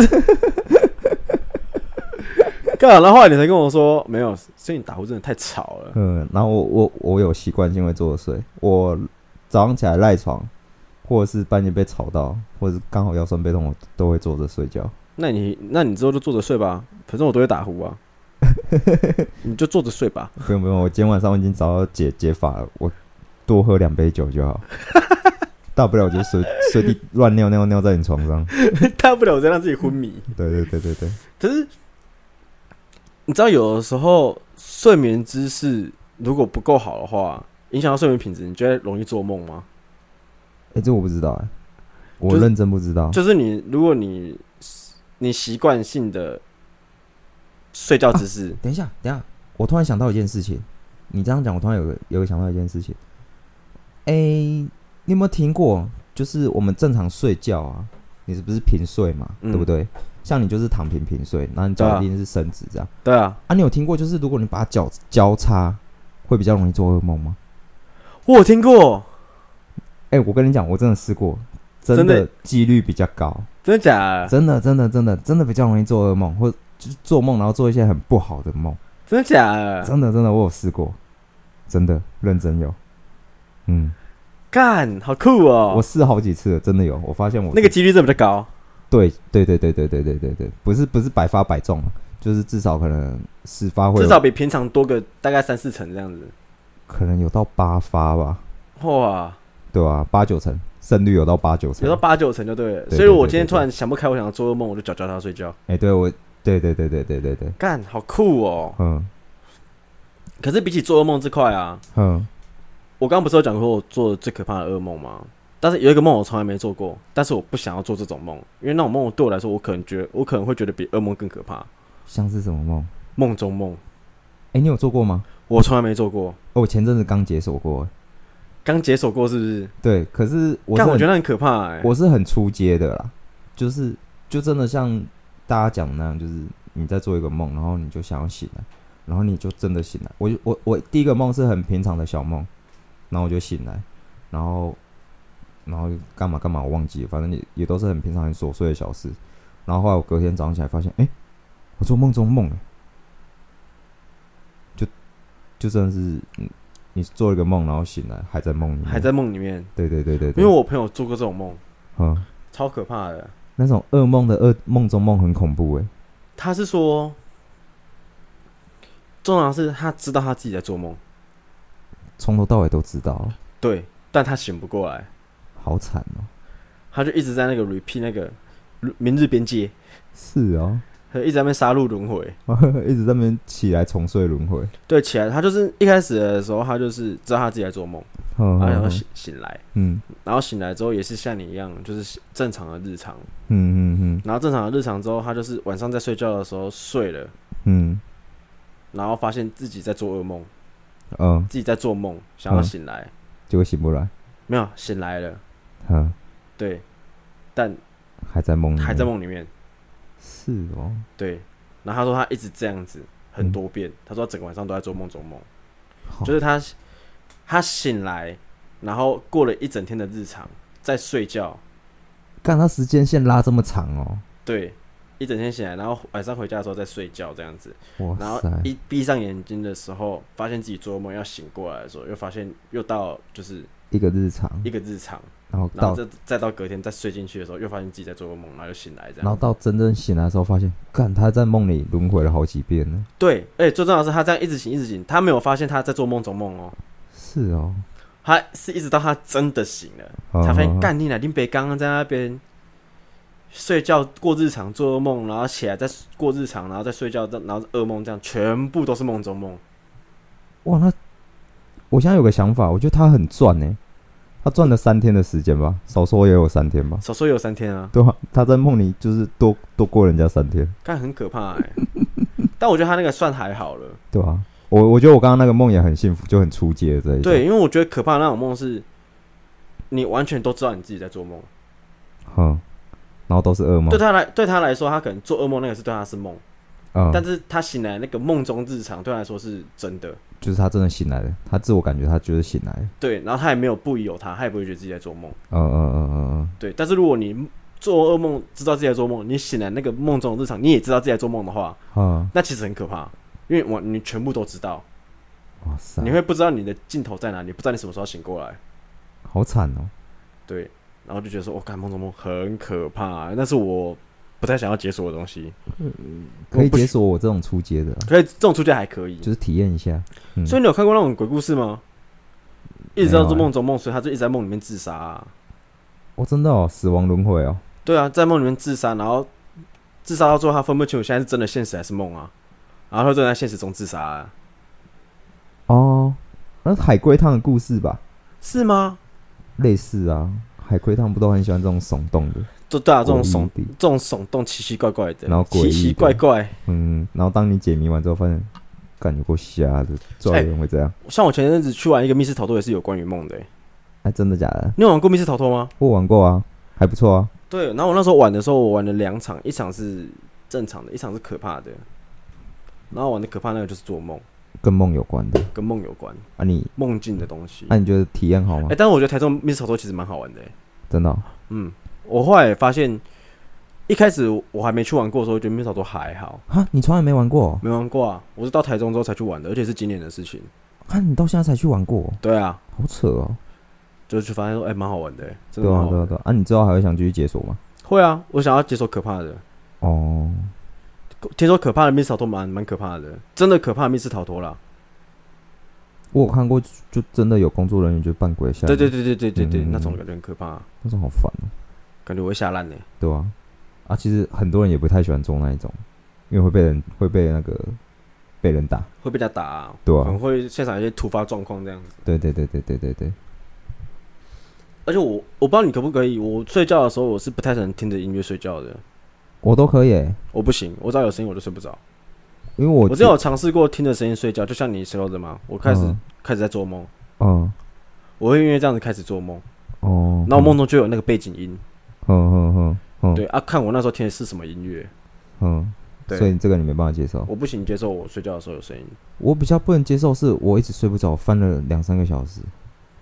然后后来你才跟我说没有，所以你打呼真的太吵了。 然后我有习惯性会坐着睡，我早上起来赖床，或者是半夜被吵到，或者是刚好腰酸背痛，我都会坐着睡觉。 那你之后就坐着睡吧，反正我都会打呼啊。你就坐着睡吧。 不用，我今天晚上我已经找到解法了，我多喝2杯酒就好。大不了我就随地乱尿在你床上。 大不了我再让自己昏迷。 对。 可是你知道有的时候睡眠姿势如果不够好的话，影响到睡眠品质，你觉得容易做梦吗？ 这我不知道我认真不知道。 就是如果你习惯性的睡觉姿势， 等一下，我突然想到一件事情。你这样讲，我突然有个想到一件事情。你有没有听过？就是我们正常睡觉啊，你是不是平睡嘛？对不对？像你就是躺平睡，然后你脚一定是伸直这样。 对啊。 你有听过就是如果你把脚交叉，会比较容易做噩梦吗？ 我有听过。 我跟你讲，我真的试过，真的几率比较高。 真的假的？ 真的比较容易做噩梦，或就是做梦然后做一些很不好的梦。 真的假的？ 真的，我有试过，真的认真有。 干，好酷哦！ 我试好几次了，真的有。我发现我那个几率真的比较高。 对，不是百发百中，就是至少可能10发会， 至少比平常多个大概3-4成这样子。 可能有到8发吧。 哇， 对啊，8-9成胜率有到8-9成， 有到8-9成就对了。所以我今天突然想不开，我想要做噩梦，我就叫他睡觉。 对， 干，好酷哦。可是比起做噩梦这块啊，我刚刚不是有讲过我做最可怕的噩梦吗？但是有一个梦我从来没做过，但是我不想要做这种梦，因为那种梦对我来说，我可能会觉得比噩梦更可怕。 像是什么梦？ 梦中梦。 你有做过吗？ 我从来没做过。 我前阵子刚解锁过。 刚解锁过是不是？ 对，可是我觉得那很可怕我是很初阶的啦，就真的像大家讲的那样，就是你在做一个梦，然后你就想要醒来，然后你就真的醒来。我第一个梦是很平常的小梦，然后我就醒来，然后干嘛我忘记了，反正也都是很平常很琐碎的小事。然后后来我隔天早上起来发现，我做梦中梦了，就真的是你做了一个梦，然后醒来还在梦里面，对。因为我朋友做过这种梦，超可怕的。 那种噩梦的梦中梦很恐怖他是说，重要是他知道他自己在做梦， 从头到尾都知道。 对，但他醒不过来， 好惨哦。 他就一直在那个 repeat 那个明日边界。 是哦。 一直在那边杀戮轮回， 一直在那边起来重睡轮回。 对，起来他就是一开始的时候，他就是知道他自己在做梦，然后醒来，然后醒来之后也是像你一样，就是正常的日常，然后正常的日常之后，他就是晚上在睡觉的时候睡了，然后发现自己在做噩梦，自己在做梦，想要醒来， 结果醒不来， 没有醒来了，对，但还在梦里面。 是哦， 对，然后他说他一直这样子很多遍，他说他整个晚上都在做梦中梦，就是他醒来，然后过了一整天的日常，在睡觉， 干他时间线拉这么长哦， 对， 一整天醒来，然后晚上回家的时候再睡觉这样子，然后塞， 一闭上眼睛的时候，发现自己做梦要醒过来的时候，又发现又到就是一个日常，然后再到隔天再睡进去的时候，又发现自己在做梦，然后又醒来这样。 然后到真正醒来的时候，发现，干他在梦里轮回了好几遍呢。 对，最重要的是他这样一直醒，他没有发现他在做梦中梦哦。 是哦， 他是一直到他真的醒了，才发现干你哪林北刚刚在那边睡觉过日常做噩梦，然后起来再过日常，然后再睡觉，然后噩梦，这样全部都是梦中梦。 哇，那我现在有个想法，我觉得他很赚呢。他赚了3天的时间吧，少说也有3天吧。 少说也有3天啊。 对啊，他在梦里就是多过人家3天， 干很可怕但我觉得他那个算还好了。 对啊，我觉得我刚刚那个梦也很幸福，就很出街这一种。 对，因为我觉得可怕的那种梦是，你完全都知道你自己在做梦， 然后都是噩梦。 对他来说，他可能做噩梦那个是对他是梦，但是他醒来那个梦中日常对他来说是真的。 就是他真的醒来了，他自我感觉他就是醒来了。 对，然后他也没有不疑有他，他也不会觉得自己在做梦。对，但是如果你做噩梦知道自己在做梦，你醒来那个梦中的日常你也知道自己在做梦的话，那其实很可怕，因为你全部都知道。 哇塞！ 你会不知道你的尽头在哪里，不知道你什么时候醒过来。 好惨哦。 对，然后就觉得说，干梦中梦很可怕，那是我不太想要解锁的东西。 可以解锁我这种初阶的， 可以这种初阶还可以， 就是体验一下。 所以你有看过那种鬼故事吗？一直到做梦中梦，所以他就一直在梦里面自杀啊。 真的哦，死亡轮回哦。 对啊，在梦里面自杀，然后自杀到最后，他分不清楚现在是真的现实还是梦啊，然后他就在现实中自杀啊。 那是海龟汤的故事吧？ 是吗？ 类似啊，海龟汤不都很喜欢这种耸动的？ 对啊，这种耸动奇奇怪怪的， 然后奇奇怪怪。 然后当你解谜完之后，发现，干有够瞎的，最好有人会这样。 像我前阵子去玩一个密室逃脱，也是有关于梦的。 真的假的？ 你有玩过密室逃脱吗？ 我玩过啊，还不错啊。 对，然后我那时候玩的时候，我玩了2场，一场是正常的，一场是可怕的。然后玩的可怕那个就是做梦， 跟梦有关的， 跟梦有关啊，你梦境的东西。 你觉得体验好吗？ 但是我觉得台中密室逃脱其实蛮好玩的。 真的哦。 我后来也发现，一开始我还没去玩过的时候，觉得密室逃脱还好。 你从来没玩过？ 没玩过啊，我是到台中之后才去玩的，而且是今年的事情。 你到现在才去玩过？ 对啊， 好扯哦。 就是发现说，蛮好玩的，真的蛮好玩的。 对啊，你之后还会想继续解锁吗？ 会啊，我想要解锁可怕的。听说可怕的密室逃脱蛮可怕的，真的可怕的密室逃脱啦。 我有看过，就真的有工作人员就扮鬼下来。 对，那种感觉很可怕。 那种好烦哦， 感觉我会吓烂呢。 对啊，其实很多人也不太喜欢做那一种，因为会被人打， 会被人家打啊。 对啊， 可能会现场有一些突发状况这样子。 对。 而且我不知道你可不可以，我睡觉的时候我是不太能听着音乐睡觉的。我都可以我不行，我只要有声音我就睡不着。 因为我之前有尝试过听着声音睡觉，就像你说的嘛，我开始在做梦。我会因为这样子开始做梦。然后梦中就有那个背景音。对啊，看我那时候听的是什么音乐。对， 所以这个你没办法接受。 我不行接受我睡觉的时候有声音。 我比较不能接受是我一直睡不着，翻了2-3个小时。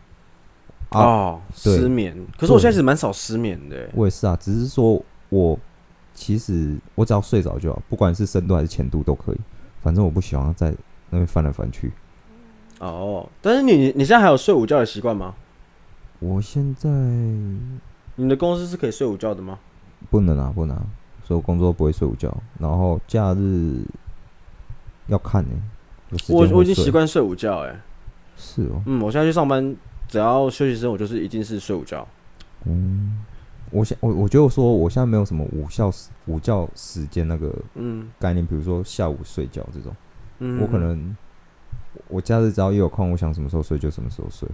失眠。可是我现在其实蛮少失眠的。 我也是啊，只是说其实我只要睡着就好，不管是深度还是浅度都可以，反正我不喜欢在那边翻来翻去。 但是你现在还有睡午觉的习惯吗？ 我现在， 你的公司是可以睡午觉的吗？ 不能啊，所以我工作不会睡午觉，然后假日要看我已经习惯睡午觉是哦。 我现在去上班，只要休息时间，我就是一定是睡午觉。 我觉得说我现在没有什么午觉时间那个概念，比如说下午睡觉这种，我可能我假日只要一有空，我想什么时候睡就什么时候睡。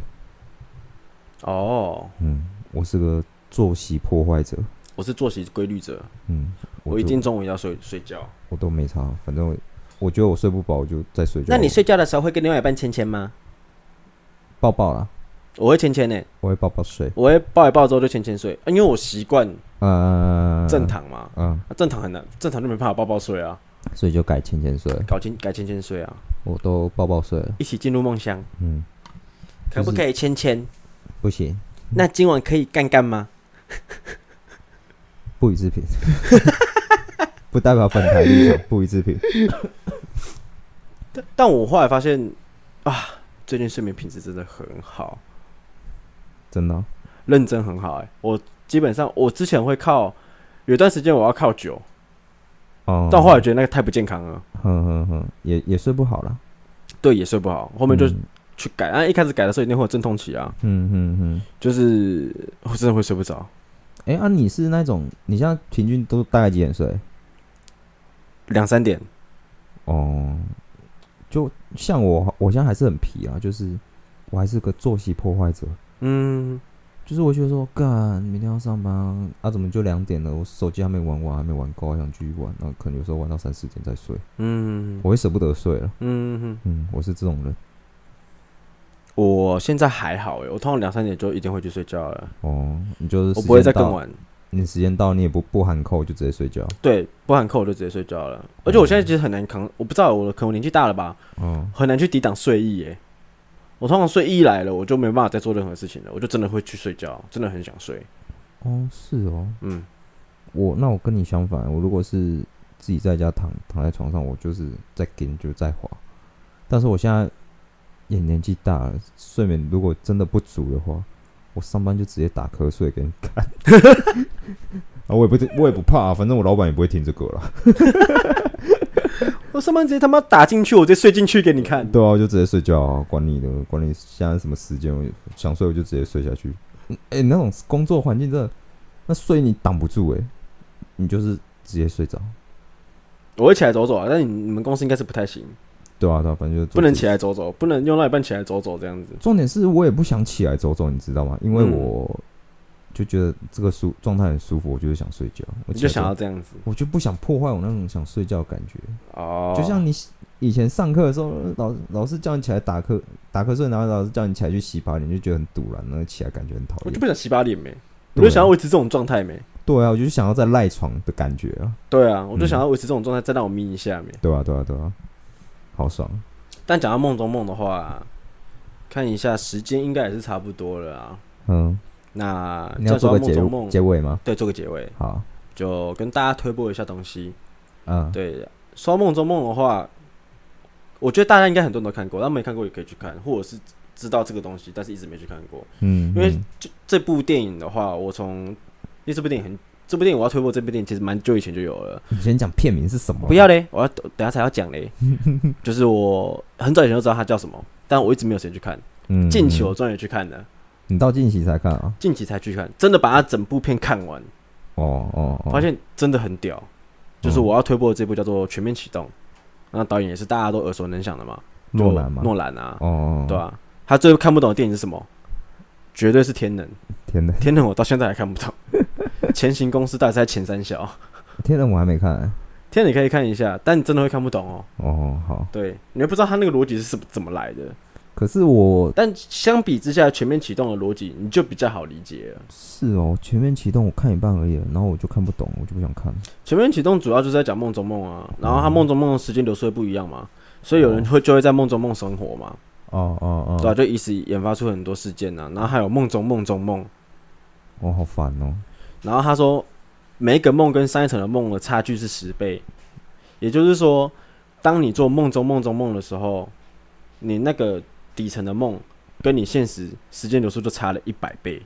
我是个作息破坏者。 我是作息规律者。我一定中午要睡觉。我都没差，反正我觉得我睡不饱，我就再睡觉。 那你睡觉的时候会跟另外一半牵吗？ 抱抱啦。 我会牵呢。 我会抱抱睡。 我会抱一抱之后就牵睡，因为我习惯正躺嘛。正躺很难，正躺就没办法抱抱睡啊。 所以就改牵睡。 改牵睡啊。 我都抱抱睡了。 一起进入梦乡。可不可以牵？ 不行。 那今晚可以干吗？ 不予置评。 不代表本台立场，不予置评。 但我后来发现啊，最近睡眠品质真的很好， 真的、 认真很好我基本上我之前会靠，有段时间我要靠酒，但后来觉得那个太不健康了。 也睡不好了。 对，也睡不好，后面就去改。一开始改的时候一定会有阵痛期啊。就是我真的会睡不着。 你是那种你现在平均都大概几点睡 ？2-3点。 就像我现在还是很疲啊，就是我还是个作息破坏者。就是我觉得说，干明天要上班啊，怎么就2点了？我手机还没玩完，还没玩够，还想继续玩，然后可能有时候玩到3-4点再睡。我会舍不得睡了。我是这种人。 我现在还好我通常2-3点就一定会去睡觉了。 你就是我不会再更晚。 你时间到，你也不含扣就直接睡觉。 对，不含扣我就直接睡觉了。而且我现在其实很难扛，我不知道可能我年纪大了吧，很难去抵挡睡意我通常睡意来了，我就没办法再做任何事情了，我就真的会去睡觉，真的很想睡。 是哦。那我跟你相反，我如果是自己在家躺在床上，我就是在跟就在滑。但是我现在也年纪大了，睡眠如果真的不足的话，我上班就直接打瞌睡给你看。我也不怕反正我老板也不会听这个啦。 我上班直接他妈打进去，我直接睡进去给你看。 对啊，我就直接睡觉啊，管你的，管你现在什么时间，我想睡我就直接睡下去。那种工作环境真的，那睡你挡不住你就是直接睡着。 我会起来走走但你们公司应该是不太行。 对啊，反正就不能起来走走，不能用到一半起来走走这样子。 重点是我也不想起来走走，你知道吗？因为我就觉得这个状态很舒服，我就是想睡觉。 你就想要这样子， 我就不想破坏我那种想睡觉的感觉。就像你以前上课的时候，老师叫你起来打瞌睡，然后老师叫你起来去洗把脸，就觉得很堵然，然后起来感觉很讨厌。 我就不想洗把脸我就想要维持这种状态对啊，我就想要再赖床的感觉啊。 对啊，我就想要维持这种状态，再让我眯一下对啊，好爽。 但讲到梦中梦的话，看一下时间应该也是差不多了啊。那你要做个结尾吗？ 对，做个结尾。 好， 就跟大家推播一下东西。对，说梦中梦的话，我觉得大家应该很多人都看过，但没看过也可以去看，或者是知道这个东西，但是一直没去看过。因为这部电影的话，因为这部电影我要推播这部电影，其实蛮久以前就有了。 你先讲片名是什么？ 不要嘞，我等一下才要讲嘞。就是我很早以前就知道它叫什么，但我一直没有时间去看。近期我终于去看了。 你到近期才看啊？ 近期才去看，真的把它整部片看完。发现真的很屌。就是我要推播的这部叫做《全面启动》，那导演也是大家都耳熟能详的嘛， 诺兰嘛。 诺兰啊，对啊。他最看不懂的电影是什么？绝对是《天能》。天能我到现在还看不懂。前行公司到底是在前三小。 天能我还没看天能你可以看一下，但你真的会看不懂好。 对，你会不知道他那个逻辑是怎么来的。 可是但相比之下，全面启动的逻辑你就比较好理解了。 是全面启动我看一半而已，然后我就看不懂，我就不想看。 全面启动主要就是在讲梦中梦啊，然后他梦中梦的时间流速会不一样嘛，所以有人就会在梦中梦生活嘛。对啊，就以此研发出很多事件啊，然后还有梦中梦中梦。 好烦然后他说，每一个梦跟上一层的梦的差距是10倍，也就是说，当你做梦中梦中梦的时候，你那个底层的梦跟你现实时间流速就差了100倍。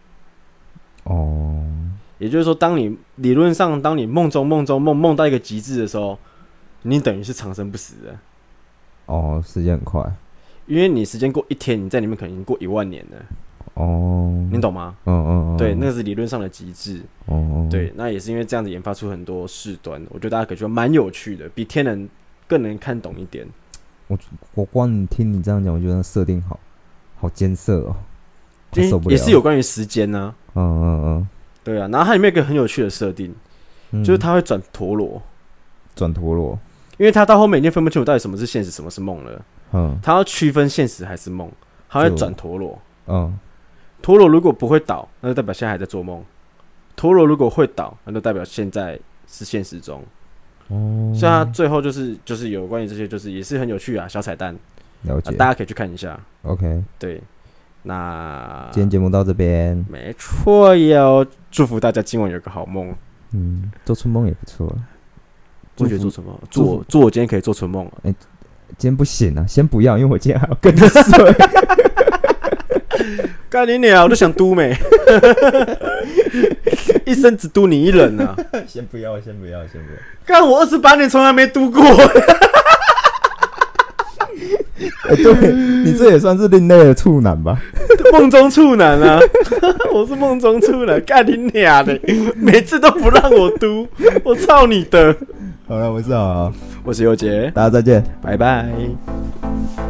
也就是说，理论上，当你梦中梦中梦到一个极致的时候，你等于是长生不死的。 时间很快， 因为你时间过1天，你在里面可能已经过1万年了。你懂吗？对，那个是理论上的极致。对，那也是因为这样子研发出很多事端，我觉得大家可以觉得蛮有趣的，比天能更能看懂一点。 我光听你这样讲，我觉得设定好艰涩也是有关于时间啊。对啊，然后它里面有一个很有趣的设定，就是它会转陀螺，因为它到后面已经分不清楚到底什么是现实，什么是梦了。它要区分现实还是梦，它会转陀螺。陀螺如果不会倒，那就代表现在还在做梦；陀螺如果会倒，那就代表现在是现实中。所以它最后就是有关于这些，就是也是很有趣啊，小彩蛋。 了解， 大家可以去看一下。 OK， 对，那今天节目到这边， 没错哟。祝福大家今晚有个好梦。 做春梦也不错。 我觉得做春梦，做我今天可以做春梦了。 今天不行啊，先不要，因为我今天还要跟你睡。 干你鸟，我都想嘟没，一生只嘟你一人啊！ 先不要。 干我28年从来没嘟过。 对，你这也算是另类的处男吧？ 梦中处男啊！我是梦中处男，干你娘的！每次都不让我嘟，我操你的！ 好了，我是好， 我是尤杰， 大家再见， 拜拜。